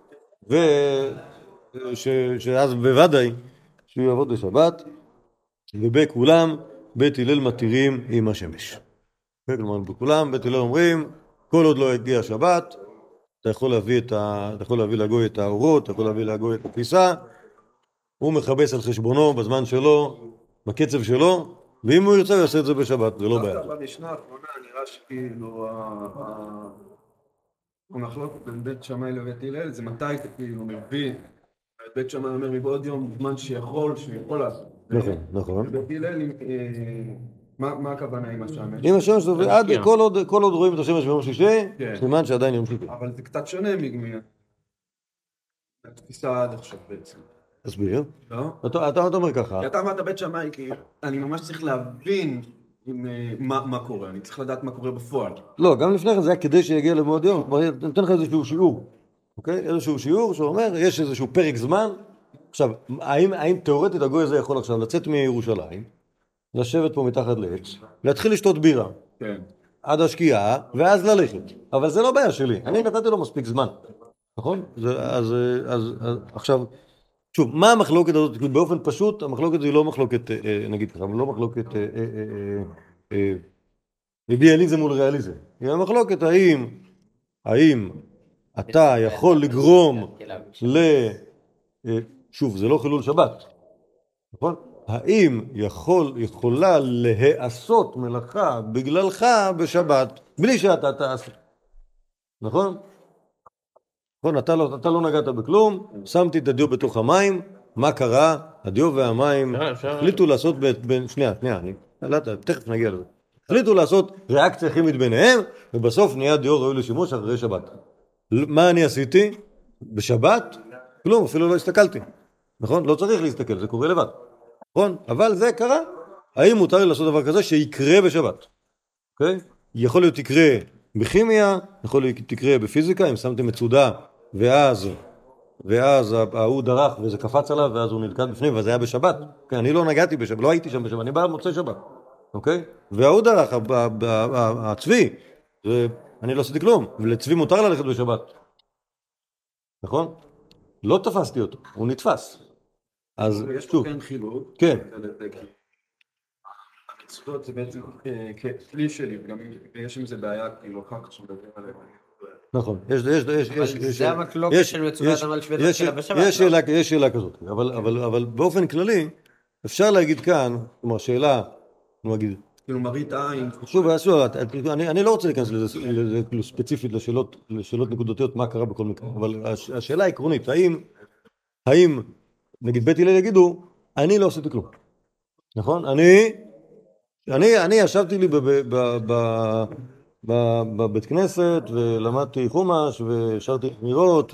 ושאז בוודאי שהוא יעבוד לשבת, ובכולם בית הלל מתירים עם השמש. כלומר, בכולם בית הלל אומרים, כל עוד לא הגיע שבת, אתה יכול להביא את ה... אתה יכול להביא לגוי את האורות, אתה יכול להביא לגוי את הכביסה, הוא מחבס על חשבונו בזמן שלו, בקצב שלו, ואם הוא ירצה הוא יעשה את זה בשבת, זה לא בעיה. במשנה האחרונה נראה שכאילו המחלוקת בין בית שמאי לבית הלל זה מתי אתה כאילו מביא, בית שמאי אומר מבעוד יום זמן שיכול, שיכול לעשות. נכון, נכון. בית הלל, מה הכוונה עם השמש? עם השמש, כל עוד רואים את השמש ביום שישי, סימן שעדיין יום שישי. אבל זה קצת שונה מהתפיסה עד עכשיו בעצם. תסביר. לא? אתה אומר ככה. כי אתה אמרת בית שמאי, כי אני ממש צריך להבין מה קורה, אני צריך לדעת מה קורה בפועל. לא, גם לפני כן זה היה כדי שיגיע למועד יום, כלומר, נותן לך איזשהו שיעור, אוקיי? איזשהו שיעור שאומר, יש איזשהו פרק זמן. עכשיו, האם תיאורטית הגוי הזה יכול עכשיו לצאת מירושלים, לשבת פה מתחת לעץ, להתחיל לשתות בירה, עד השקיעה, ואז ללכת. אבל זה לא בעיה שלי, אני נתתי לו מספיק זמן, נכון? אז עכשיו, שוב, מה המחלוקת הזאת? באופן פשוט, המחלוקת היא לא מחלוקת, נגיד ככה, לא מחלוקת אידיאליזם מול ריאליזם. היא המחלוקת האם, האם אתה יכול לגרום ל... שוב, זה לא חילול שבת, נכון? האם יכול, יכולה להיעשות מלאכה בגללך בשבת, בלי שאתה תעשה. נכון? נכון, אתה לא, אתה לא נגעת בכלום, שמתי את הדיו בתוך המים, מה קרה? הדיו והמים החליטו לעשות, בין, שנייה, שנייה, אני, לא, תכף נגיע לזה. החליטו לעשות ריאקציה כימית ביניהם, ובסוף נהיה דיו ראוי לשימוש אחרי שבת. מה אני עשיתי? בשבת? כלום, אפילו לא הסתכלתי. נכון? לא צריך להסתכל, זה קורה לבד. נכון? אבל זה קרה. האם מותר לי לעשות דבר כזה שיקרה בשבת? אוקיי? יכול להיות יקרה בכימיה, יכול להיות יקרה בפיזיקה, אם שמתם מצודה, ואז, ואז ההוא דרך וזה קפץ עליו, ואז הוא נלכד בפנים, וזה היה בשבת. אוקיי? אני לא נגעתי בשבת, לא הייתי שם בשבת, אני בא מוצא שבת. אוקיי? וההוא דרך, הצבי, אני לא עשיתי כלום, ולצבי מותר ללכת בשבת. נכון? לא תפסתי אותו, הוא נתפס. אז יש פה כן חילוק. כן. המצוות זה בעצם כלי שלי, וגם יש עם זה בעיה, כאילו אחר כך שמדברים עליהם. נכון, יש, יש, יש, יש, זה המחלוקת של מצוות אבל שווה תחילה בשבת. יש שאלה כזאת, אבל באופן כללי, אפשר להגיד כאן, כלומר שאלה, נגיד, כאילו מראית עין. שוב, אני לא רוצה להיכנס לזה ספציפית לשאלות נקודתיות, מה קרה בכל מקרה, אבל השאלה העקרונית, האם, נגיד בית הלל יגידו, אני לא עשיתי כלום, נכון? אני, אני, אני ישבתי לי בבית כנסת ולמדתי חומש ושרתי מירות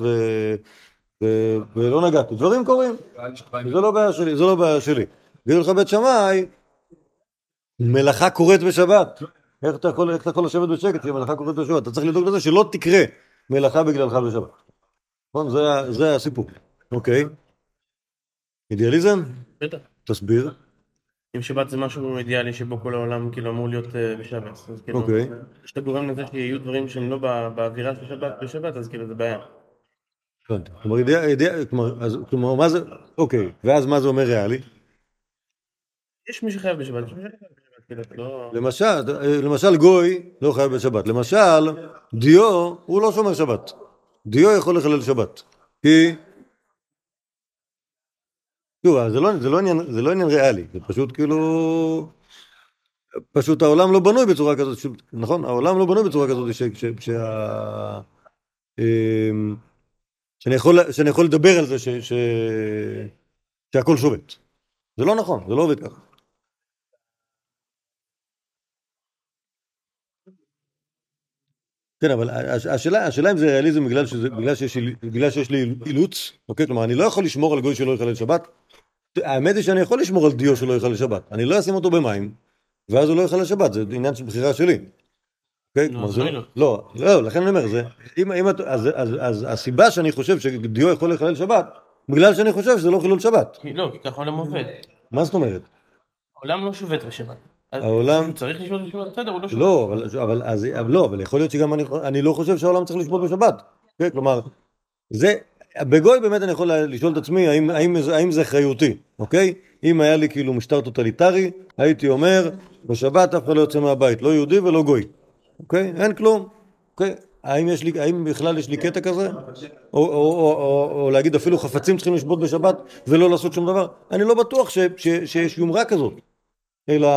ולא נגעתי, דברים קורים, זה לא בעיה שלי, זה לא בעיה שלי. יגידו לך בית שמאי, מלאכה קורית בשבת. איך אתה יכול, איך אתה יכול לשבת בשקט כי מלאכה קורית בשבת? אתה צריך לדאוג לזה שלא תקרה מלאכה בגללך בשבת. נכון? זה, זה הסיפור. אוקיי. אידיאליזם? בטח. תסביר. אם שבת זה משהו אידיאלי שבו כל העולם כאילו אמור להיות בשבת. אז כאילו, אוקיי. כשאתה גורם לזה שיהיו דברים שהם לא באווירה של שבת בשבת, אז כאילו זה בעיה. הבנתי. כלומר, ידיעה, ידיעה, כלומר, אז, כלומר, מה זה, אוקיי, ואז מה זה אומר ריאלי? יש מי שחייב בשבת, יש מי שחייב בשבת, כאילו, לא... למשל, למשל גוי לא חייב בשבת. למשל, דיו הוא לא שומר שבת. דיו יכול לחלל שבת. כי... שוב, זה לא, זה לא עניין, זה לא עניין ריאלי. זה פשוט כאילו... פשוט העולם לא בנוי בצורה כזאת, שוב, נכון? העולם לא בנוי בצורה כזאת ש... ש... שה... אמ, שאני יכול, שאני יכול לדבר על זה ש... ש... שהכל שובת. זה לא נכון, זה לא עובד ככה. כן, אבל השאלה, השאלה אם זה ריאליזם בגלל שזה, בגלל שיש, בגלל שיש לי אילוץ, אוקיי? כלומר, אני לא יכול לשמור על גוי שלא יחלל שבת. האמת היא שאני יכול לשמור על דיו שלא יחלל שבת. אני לא אשים אותו במים, ואז הוא לא יחלל שבת. זה עניין של בחירה שלי. אוקיי? לא, זה לא. לא, לא, לכן אני אומר, זה, אם, אם, אז, אז, אז הסיבה שאני חושב שדיו יכול לחלל שבת, בגלל שאני חושב שזה לא חילול שבת. לא, כי ככה העולם עובד. מה זאת אומרת? העולם לא שובת בשבת. העולם... צריך לשבות בשבת, בסדר, הוא לא שובת. לא, אבל, אבל, אז, אבל לא, אבל יכול להיות שגם אני, אני לא חושב שהעולם צריך לשבות בשבת. כן, כלומר, זה, בגוי באמת אני יכול לשאול את עצמי, האם, האם, האם זה אחריותי, אוקיי? אם היה לי כאילו משטר טוטליטרי, הייתי אומר, בשבת אף אחד לא יוצא מהבית, לא יהודי ולא גוי. אוקיי? אין כלום. אוקיי? האם יש לי, האם בכלל יש לי קטע כזה? או, או, או, או, או להגיד אפילו חפצים צריכים לשבות בשבת ולא לעשות שום דבר? אני לא בטוח ש, ש, שיש יומרה כזאת. אלא,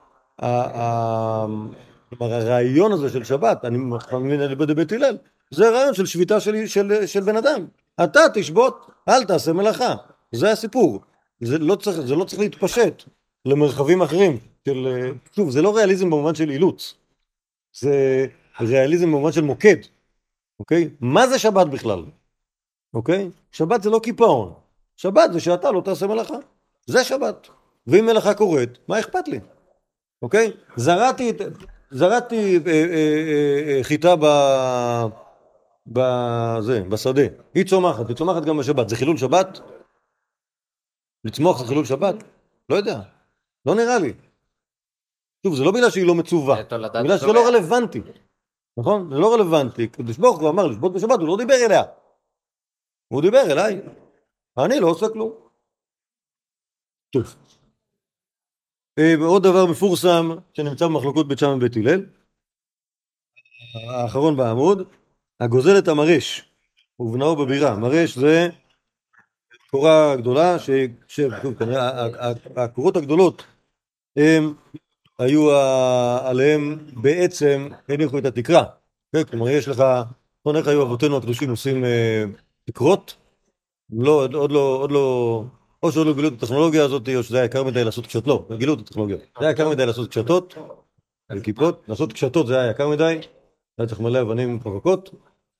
כלומר, הרעיון הזה של שבת, אני מבין על בית הלל, זה רעיון של שביתה של, של, של בן אדם. אתה תשבות, אל תעשה מלאכה. זה הסיפור. זה לא צריך, זה לא צריך להתפשט למרחבים אחרים. של, שוב, זה לא ריאליזם במובן של אילוץ. זה ריאליזם במובן של מוקד. אוקיי? מה זה שבת בכלל? אוקיי? שבת זה לא קיפאון. שבת זה שאתה לא תעשה מלאכה. זה שבת. ואם מלאכה קורית, מה אכפת לי? אוקיי? זרעתי, זרעתי אה, אה, אה, חיטה ב... בזה, בשדה. היא צומחת, היא צומחת גם בשבת. זה חילול שבת? לצמוח זה חילול שבת? לא יודע. לא נראה לי. שוב, זה לא בגלל שהיא לא מצווה. בגלל שזה לא רלוונטי. נכון? זה לא רלוונטי. קדוש ברוך הוא אמר לשבות בשבת, הוא לא דיבר אליה. הוא דיבר אליי. אני לא עושה כלום. טוב. ועוד דבר מפורסם שנמצא במחלוקות בית שמאי ובית הלל, האחרון בעמוד, הגוזל את המרש ובנאו בבירה. מרש זה קורה גדולה, שהקורות הגדולות הם היו עליהם בעצם הניחו את התקרה. כלומר יש לך, איך היו אבותינו הקדושים עושים תקרות, לא, עוד לא, עוד לא, או שעוד לא גילו את הטכנולוגיה הזאת, או שזה היה יקר מדי לעשות קשתות, לא, גילו את הטכנולוגיה. זה היה יקר מדי לעשות קשתות, על כיפות, לעשות קשתות זה היה יקר מדי, היה צריך מלא אבנים חזקות,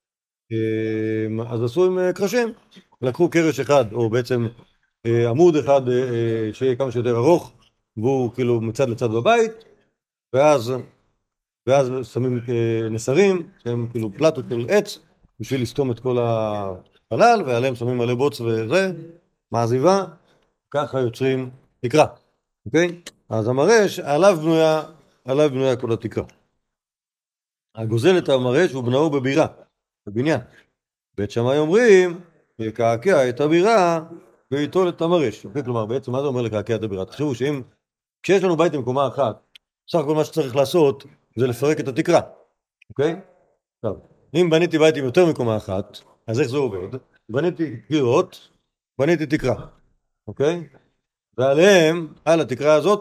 אז עשו עם קרשים, לקחו קרש אחד, או בעצם עמוד אחד שיהיה כמה שיותר ארוך, והוא כאילו מצד לצד בבית, ואז, ואז שמים נסרים, שהם כאילו פלטות של עץ, בשביל לסתום את כל החלל, ועליהם שמים מלא בוץ וזה, מעזיבה, ככה יוצרים תקרה, אוקיי? אז המרש, עליו בנויה, עליו בנויה כל התקרה. הגוזל את המרש ובנאו בבירה, בבניין. בית שמאי אומרים, לקעקע את הבירה ויטול את המרש. אוקיי? כלומר, בעצם מה זה אומר לקעקע את הבירה? תחשבו שאם, כשיש לנו בית עם קומה אחת, סך הכל מה שצריך לעשות זה לפרק את התקרה, אוקיי? טוב, אם בניתי בית עם יותר מקומה אחת, אז איך זה עובד? בניתי קירות, בניתי תקרה, אוקיי? ועליהם, על התקרה הזאת,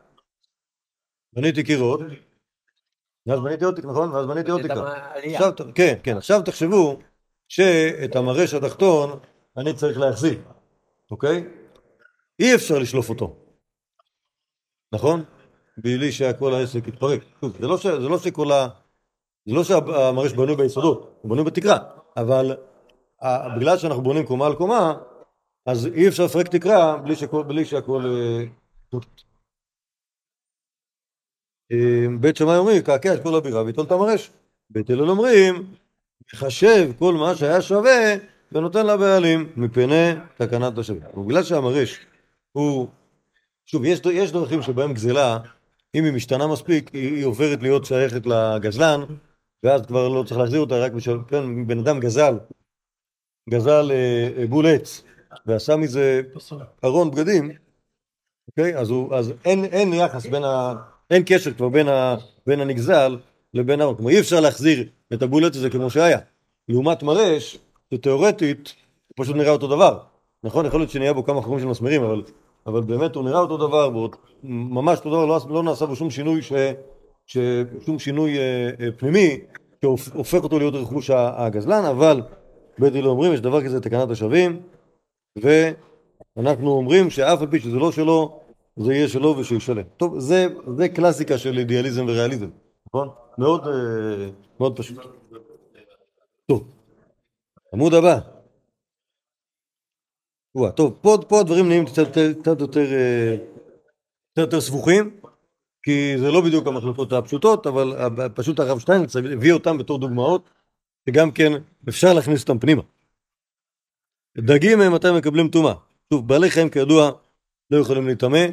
בניתי קירות, ואז בניתי עוד תקרה, נכון? ואז בניתי עוד תקרה. עכשיו, כן, כן, עכשיו תחשבו שאת המרש התחתון אני צריך להחזיק, אוקיי? אי אפשר לשלוף אותו, נכון? בלי שכל העסק יתפרק. זה לא, ש... זה לא שכל ה... זה לא שהמרש בנוי ביסודות, הוא בנוי בתקרה, אבל בגלל שאנחנו בונים קומה על קומה, אז אי אפשר לפרק תקרה בלי שהכל... בלי שהכל... בית שמאי אומרים, קעקע את כל הבירה ויטול את המרש. בית הלל אומרים, מחשב כל מה שהיה שווה ונותן לבעלים מפני תקנת השווה. ובגלל שהמרש הוא... שוב, יש, יש דרכים שבהם גזלה, אם היא משתנה מספיק, היא, היא עוברת להיות שייכת לגזלן, ואז כבר לא צריך להחזיר אותה, רק בשביל, כן, בן אדם גזל גזל אה, בול עץ ועשה מזה ארון בגדים, אוקיי? אז, הוא, אז אין, אין יחס בין ה... אין קשר כבר בין, ה, בין הנגזל לבין הארון. כלומר, אי אפשר להחזיר את הבול עץ הזה כמו שהיה. לעומת מרש, שתיאורטית הוא פשוט נראה אותו דבר. נכון? יכול להיות שנהיה בו כמה חורים של מסמרים, אבל, אבל באמת הוא נראה אותו דבר, ועוד ממש אותו דבר, לא, לא נעשה בו שום שינוי, ש, ש, שום שינוי אה, אה, פנימי, שהופך אותו להיות רכוש הגזלן, אבל בית הלל אומרים, יש דבר כזה תקנת השבים, ואנחנו אומרים שאף על פי שזה לא שלו, זה יהיה שלו ושישלם. טוב, זה, זה קלאסיקה של אידיאליזם וריאליזם, נכון? מאוד, אה, מאוד פשוט. טוב, עמוד הבא. וואה, טוב, פה, פה הדברים נהיים קצת, קצת יותר, קצת יותר סבוכים, כי זה לא בדיוק המחלוקות הפשוטות, אבל פשוט הרב שטיינץ הביא אותם בתור דוגמאות, שגם כן אפשר להכניס אותם פנימה. דגים הם מתי מקבלים טומאה. שוב, בעלי חיים כידוע לא יכולים להתאמה,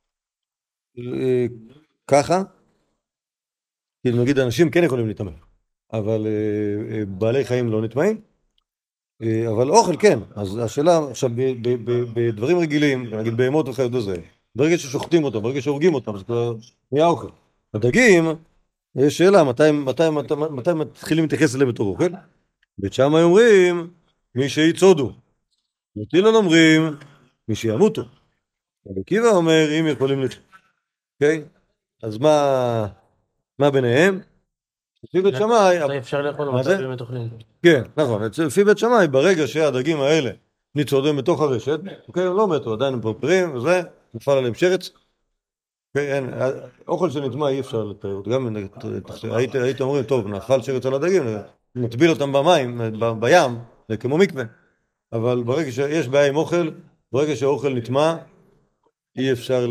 ככה, כי נגיד אנשים כן יכולים להתאמה, אבל בעלי חיים לא נטמאים, אבל אוכל כן. אז השאלה, עכשיו, בדברים רגילים, נגיד בהמות וכיוצא בזה, ברגע ששוחטים אותם, ברגע שהורגים אותם, זה כבר נהיה אוכל. הדגים, יש שאלה, מתי, מתי, מתי, מתי מתחילים להתייחס אליהם בתור אוכל? בית שמאי אומרים, מי שיצודו. בית הלל אומרים, מי שימותו. רבי עקיבא אומר, אם יכולים לחיות. אוקיי? אז מה, מה ביניהם? לפי בית שמאי... אפשר לאכול מתי באמת אוכלים. כן, נכון. לפי בית שמאי, ברגע שהדגים האלה ניצודם בתוך הרשת, אוקיי, הם לא מתו, עדיין הם פרפרים, וזה, נפל עליהם שרץ. אוקיי, אין, אוכל שנטמא אי אפשר לתאר. גם הייתם אומרים, טוב, נפל שרץ על הדגים, נטביל אותם במים, בים, זה כמו מקווה. אבל ברגע שיש בעיה עם אוכל, ברגע שהאוכל נטמא, אי אפשר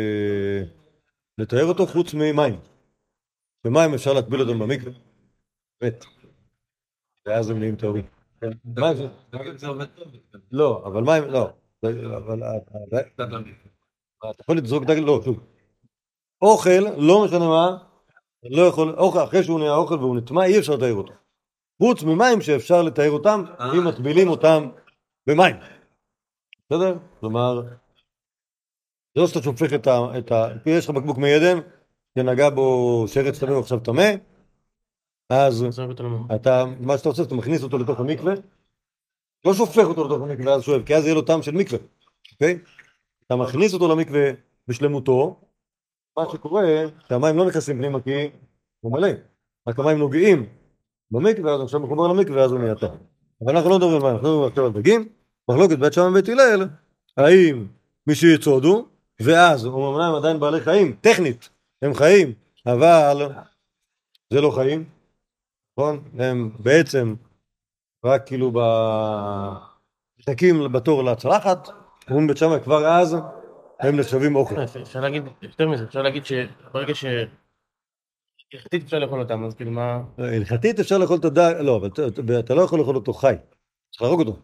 לתאר אותו חוץ ממים. במים אפשר להטביל אותם במקווה. בית. ואז הם נהיים טהורים. מים זה עובד טוב. לא, אבל מים, לא. אבל... אתה יכול לזרוק דגל, לא, שוב. אוכל, לא משנה מה, לא יכול, אוכל, אחרי שהוא נהיה אוכל והוא נטמא, אי אפשר לתאר אותו. חוץ ממים שאפשר לתאר אותם, אם מטבילים אותם במים. בסדר? כלומר, זה לא שאתה שופך את ה... את ה... יש לך בקבוק מי עדן, שנגע בו שרץ טמא ועכשיו טמא, אז אתה, מה שאתה עושה, אתה מכניס אותו לתוך המקווה, לא שופך אותו לתוך המקווה, ואז שואב, כי אז יהיה לו טעם של מקווה, אוקיי? אתה מכניס אותו למקווה בשלמותו, מה שקורה, שהמים לא נכנסים פנימה כי הוא מלא, רק המים נוגעים במקווה, אז עכשיו מחובר למקווה, אז הוא נהיה טעם. אבל אנחנו לא מדברים על מים, אנחנו מדברים עכשיו על דגים, מחלוקת בית שמאי ובית הלל, האם מי שיצודו, ואז הוא אמנם הם עדיין בעלי חיים, טכנית, הם חיים, אבל זה לא חיים, נכון? הם בעצם רק כאילו בתקים בתור להצלחת, אומרים בית שמאי כבר אז הם נחשבים אוכל. אפשר להגיד, יותר מזה, אפשר להגיד שברגע ש... הלכתית אפשר לאכול אותם, אז כאילו מה... הלכתית אפשר לאכול את הדג, לא, אבל אתה לא יכול לאכול אותו חי, צריך להרוג אותו.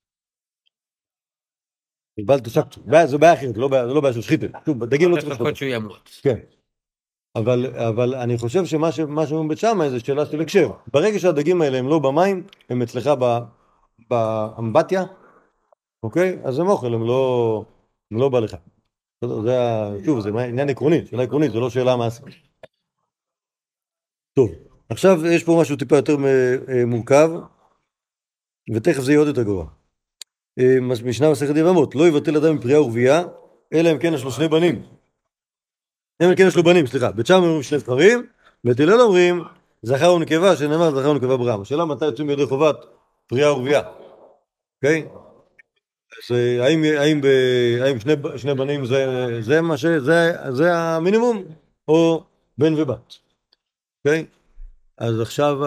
בלבלת שקצו, זו בעיה אחרת, זה לא בעיה של שחיתת. שוב, דגים לא צריך לשחוט. שהוא ימות. כן. אבל, אבל אני חושב שמה שאומרים בית שמאי זה שאלה של הקשר. ברגע שהדגים האלה הם לא במים, הם אצלך באמבטיה, אוקיי? אז הם אוכל, הם לא, הם לא בא לך. זה, שוב, זה עניין עקרוני, שאלה עקרונית, זה לא שאלה מעשית. טוב, עכשיו יש פה משהו טיפה יותר מורכב, ותכף זה יהיה עוד יותר גרוע. משנה מסכת יבמות, לא יבטל אדם מפריה ורבייה, אלא אם כן יש לו שני בנים. אם כן יש לו בנים, סליחה, בית שמאי אומרים שני זכרים, בית הלל אומרים זכר ונקבה, שנאמר זכר ונקבה ברם. השאלה מתי יוצאים בידי חובת פריה ורבייה, אוקיי? אז האם, האם, האם שני, שני בנים זה, זה מה ש... זה, זה המינימום, או בן ובת, אוקיי? אז עכשיו...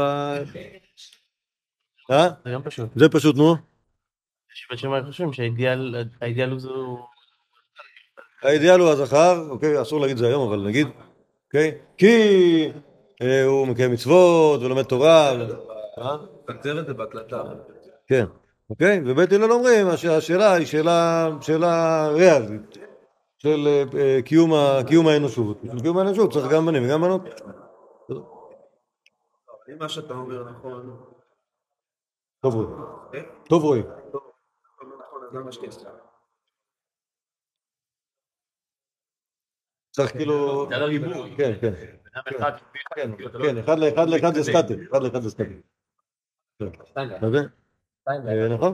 אה? זה גם פשוט. זה פשוט, נו? בית שמאי חושבים שהאידיאל הוא זו... האידיאל הוא הזכר, אוקיי, אסור להגיד זה היום, אבל נגיד, אוקיי, כי אה, הוא מקיים מצוות ולומד תורה. תקצר את זה בהקלטה. כן, אוקיי, ובית הלל אומרים, השאלה היא שאלה, שאלה ריאלית, של אה, קיום, קיום האנושות. קיום האנושות צריך גם בנים וגם בנות. אם מה שאתה אומר נכון, טוב רואי. טוב רואי. נכון, אז למה שכן? צריך כאילו... זה על הריבוי. כן, כן. בן אדם אחד, כן, כאילו, אתה לא- כן, אחד לאחד לאחד זה סטטי. אחד לאחד זה סטטי. אתה מבין? אה, נכון?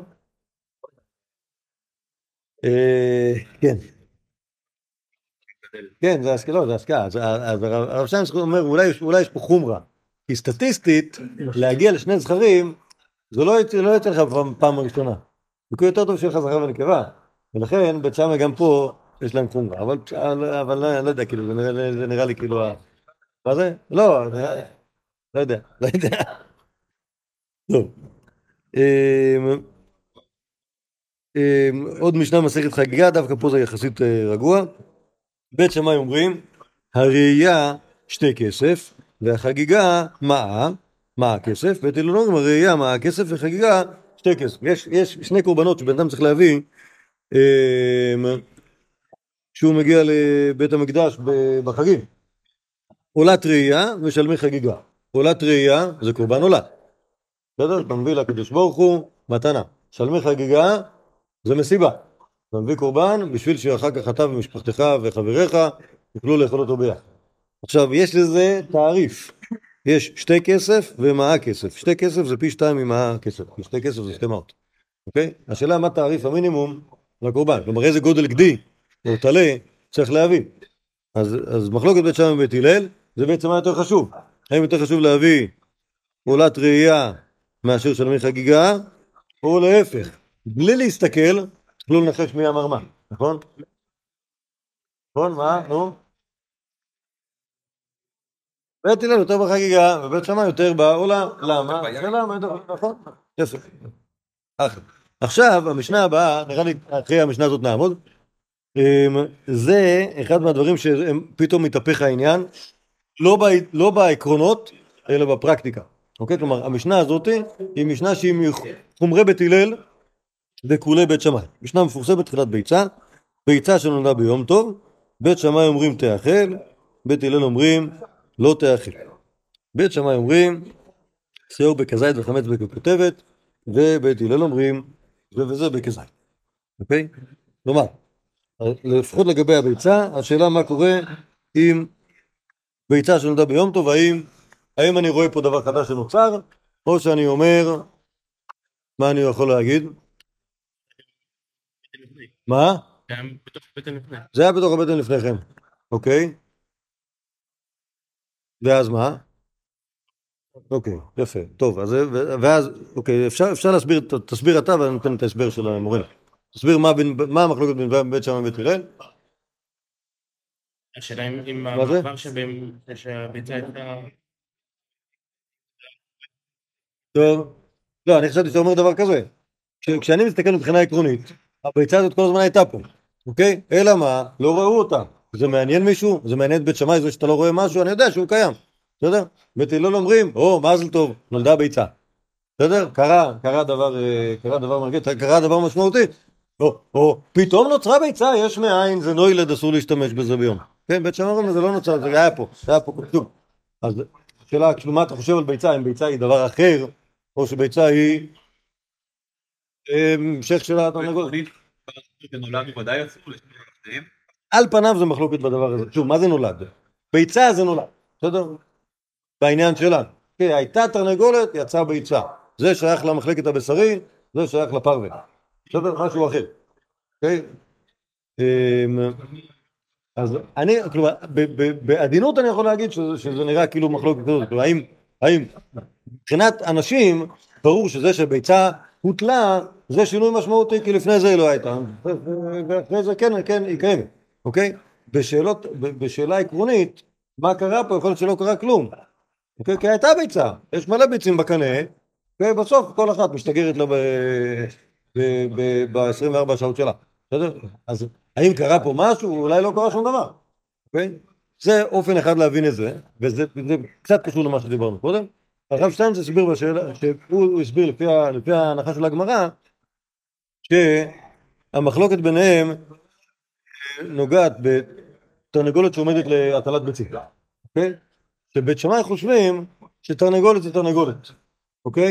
אה, כן. כן, זה השקעה, לא, זה השקעה. אז אז הרב שיינס אומר, אולי יש- אולי יש פה חומרה. כי סטטיסטית, להגיע לשני זכרים, זה לא יצא לא יצא לך פעם- פעם ראשונה. זה יותר טוב שיהיה לך זכר ונקבה. ולכן, בית שמאי גם פה יש להם חומרה. אבל אבל לא לא יודע, כאילו, זה נראה- זה נראה לי כאילו... ה- מה זה? לא, אני- לא יודע, לא יודע. טוב. אמ, אמ, עוד משנה מסכת חגיגה, דווקא פה זה יחסית אה, רגוע. בית שמאי אומרים, הראייה שתי כסף, והחגיגה מעה, מעה כסף, בית הלל אומרים, הראייה מעה כסף וחגיגה שתי כסף. יש, יש שני קורבנות שבן אדם צריך להביא, אמ, שהוא מגיע לבית המקדש ב- בחגים. עולת ראייה ושלמי חגיגה. עולת ראייה זה קורבן עולה. בסדר? אתה מביא לקדוש ברוך הוא מתנה. שלמי חגיגה זה מסיבה. אתה מביא קורבן בשביל שאחר כך אתה ומשפחתך וחבריך יוכלו לאכול אותו ביחד. עכשיו, יש לזה תעריף. יש שתי כסף ומאה כסף. שתי כסף זה פי שתיים ממאה כסף. כי שתי כסף זה שתי מאות. אוקיי? השאלה מה תעריף המינימום לקורבן. כלומר, איזה גודל גדי או טלה צריך להביא. אז, אז מחלוקת בית שמאי ובית הלל זה בעצם מה יותר חשוב. האם יותר חשוב להביא עולת ראייה מאשר שלמי חגיגה, או להפך. בלי להסתכל, תוכלו לנחש מי אמר מה, נכון? נכון? מה? נו? בית הלל יותר בחגיגה, ובית שמאי יותר בעולה. למה? למה? נכון? יפה. אחלה. עכשיו, המשנה הבאה, נראה לי אחרי המשנה הזאת נעמוד, זה אחד מהדברים שפתאום מתהפך העניין, לא, ב, לא בעקרונות, אלא בפרקטיקה. אוקיי? כלומר, המשנה הזאת היא משנה שהיא מחומרי בית הלל וכולי בית שמאי. משנה מפורסמת בתחילת ביצה, ביצה שנולדה ביום טוב, בית שמאי אומרים תאכל, בית הלל אומרים לא תאכל. בית שמאי אומרים שיעור בכזית וחמץ בככותבת, ובית הלל אומרים זה וזה בכזית. אוקיי? כלומר, לפחות לגבי הביצה, השאלה מה קורה עם ביצה שנולדה ביום טוב, האם, האם אני רואה פה דבר חדש שנוצר, או שאני אומר, מה אני יכול להגיד? מה? גם בתוך בטן לפני. זה היה בתוך הבטן לפניכם, אוקיי? ואז מה? אוקיי, יפה, טוב, אז, ואז, אוקיי, אפשר, אפשר להסביר, תסביר אתה ואני נותן את ההסבר של המורה. תסביר מה, בין, מה המחלוקת בין בית שמאי ובית הלל? השאלה אם- אם מה זה? המעבר שבהם- שהביצה הייתה... טוב, לא, אני חשבתי שאתה אומר דבר כזה. כש, כשאני מסתכל מבחינה עקרונית, הביצה הזאת כל הזמן הייתה פה, אוקיי? אלא מה? לא ראו אותה. זה מעניין מישהו? זה מעניין את בית שמאי, זה שאתה לא רואה משהו, אני יודע שהוא קיים. בסדר? בית הלל אומרים, או, מזל טוב, נולדה ביצה. בסדר? קרה, קרה דבר, אה, קרה דבר מרגיע, קרה דבר משמעותי. או, או, פתאום נוצרה ביצה, יש מאין, זה נוילד, אסור להשתמש בזה ביום. כן, בית שמאי אומרים, זה לא נוצר, זה היה פה, זה היה פה כתוב. אז שאלה, כאילו, מה אתה חושב על ביצה? אם ביצה היא דבר אחר, או שביצה היא המשך של התרנגולת. שנולד בוודאי אסור לשני אחרים. על פניו זה מחלוקת בדבר הזה. שוב, מה זה נולד? ביצה זה נולד, בסדר? בעניין שלנו. כן, הייתה תרנגולת, יצאה ביצה. זה שייך למחלקת הבשרי, זה שייך לפרווה. בסדר? משהו אחר. אוקיי? אמ, אז אני, כלומר, ב- ב- בעדינות אני יכול להגיד שזה, שזה נראה כאילו מחלוקת כזאת. כלומר, האם, האם מבחינת אנשים, ברור שזה שביצה הוטלה, זה שינוי משמעותי, כי לפני זה היא לא הייתה. ואחרי זה כן, כן, היא קיימת. אוקיי? בשאלות, ב- בשאלה עקרונית, מה קרה פה? יכול להיות שלא קרה כלום. אוקיי? כי הייתה ביצה. יש מלא ביצים בקנה, ובסוף כל אחת משתגרת לה ב-עשרים וארבע שעות שלה. בסדר? אז האם קרה פה משהו? אולי לא קרה שום דבר. אוקיי? זה אופן אחד להבין את זה, וזה זה קצת קשור למה שדיברנו קודם. הרב שטיינץ הסביר בשאלה, שהוא הסביר לפי, ה, לפי ההנחה של הגמרא, שהמחלוקת ביניהם נוגעת בתרנגולת שעומדת להטלת ביצים. אוקיי? שבית שמאי חושבים שתרנגולת זה תרנגולת. אוקיי?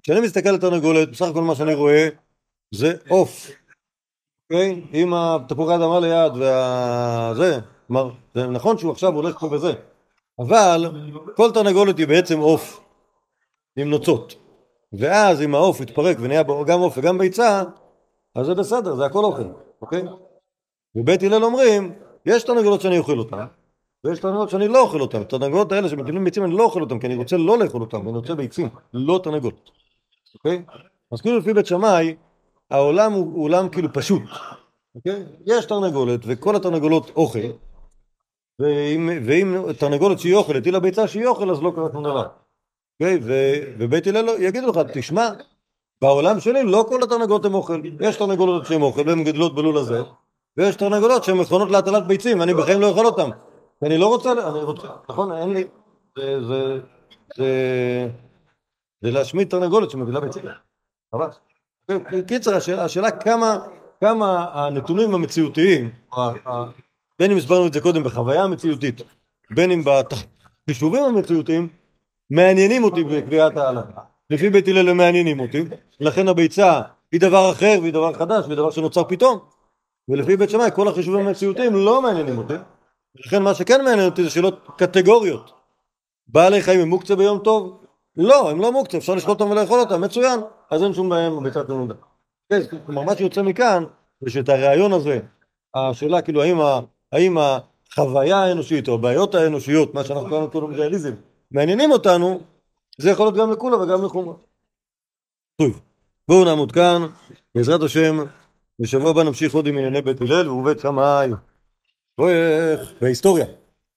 כשאני מסתכל על תרנגולת, בסך הכל מה שאני רואה זה עוף. אוקיי? עם התפוחי אדמה ליד וזה, כלומר, זה נכון שהוא עכשיו הולך פה בזה, אבל כל תרנגולת היא בעצם עוף עם נוצות. ואז אם העוף יתפרק ונהיה בו גם עוף וגם ביצה, אז זה בסדר, זה הכל אוכל, אוקיי? ובית הלל אומרים, יש תרנגולות שאני אוכל אותן, ויש תרנגולות שאני לא אוכל אותן. תרנגולות האלה שמטילים ביצים אני לא אוכל אותן, כי אני רוצה לא לאכול אותן, ואני רוצה ביצים, לא תרנגולות. אוקיי? אז כאילו לפי בית שמאי, העולם הוא עולם כאילו פשוט. אוקיי? יש תרנגולת, וכל התרנגולות אוכל, ואם, ואם תרנגולת שהיא אוכלת, היא לביצה שהיא אוכל, אז לא קרה שום דבר. אוקיי? ובית הלל יגידו לך, תשמע, בעולם שלי לא כל התרנגולות הן אוכל. יש תרנגולות שהן אוכל, והן גדלות בלול הזה, ויש תרנגולות שהן מכונות להטלת ביצים, ואני בחיים לא אוכל אותן. אני לא רוצה, אני רוצה, נכון, אין לי, זה, זה, זה, זה להשמיד תרנגולת שמבילה ביצים. אבל, קיצר, השאלה, השאלה כמה, כמה הנתונים המציאותיים, בין אם הסברנו את זה קודם בחוויה המציאותית, בין אם בחישובים המציאותיים, מעניינים אותי בקביעת ההלכה. לפי בית הלל הם מעניינים אותי, לכן הביצה היא דבר אחר והיא דבר חדש והיא דבר שנוצר פתאום, ולפי בית שמאי כל החישובים המציאותיים לא מעניינים אותי, לכן מה שכן מעניין אותי זה שאלות קטגוריות. בעלי חיים הם מוקצה ביום טוב? לא, הם לא מוקצה, אפשר לשחוט אותם ולאכול אותם, מצוין, אז אין שום בעיה בביצת תלמודה. כלומר מה שיוצא מכאן זה שאת הרעיון הזה, השאלה כאילו האם, האם החוויה האנושית או הבעיות האנושיות, מה שאנחנו קוראים קוראים ריאליזם, מעניינים אותנו, זה יכול להיות גם לכולה וגם לחומה. טוב, בואו נעמוד כאן, בעזרת השם, בשבוע הבא נמשיך עוד עם ענייני בית הלל ובית שמאי. בואי, בהיסטוריה.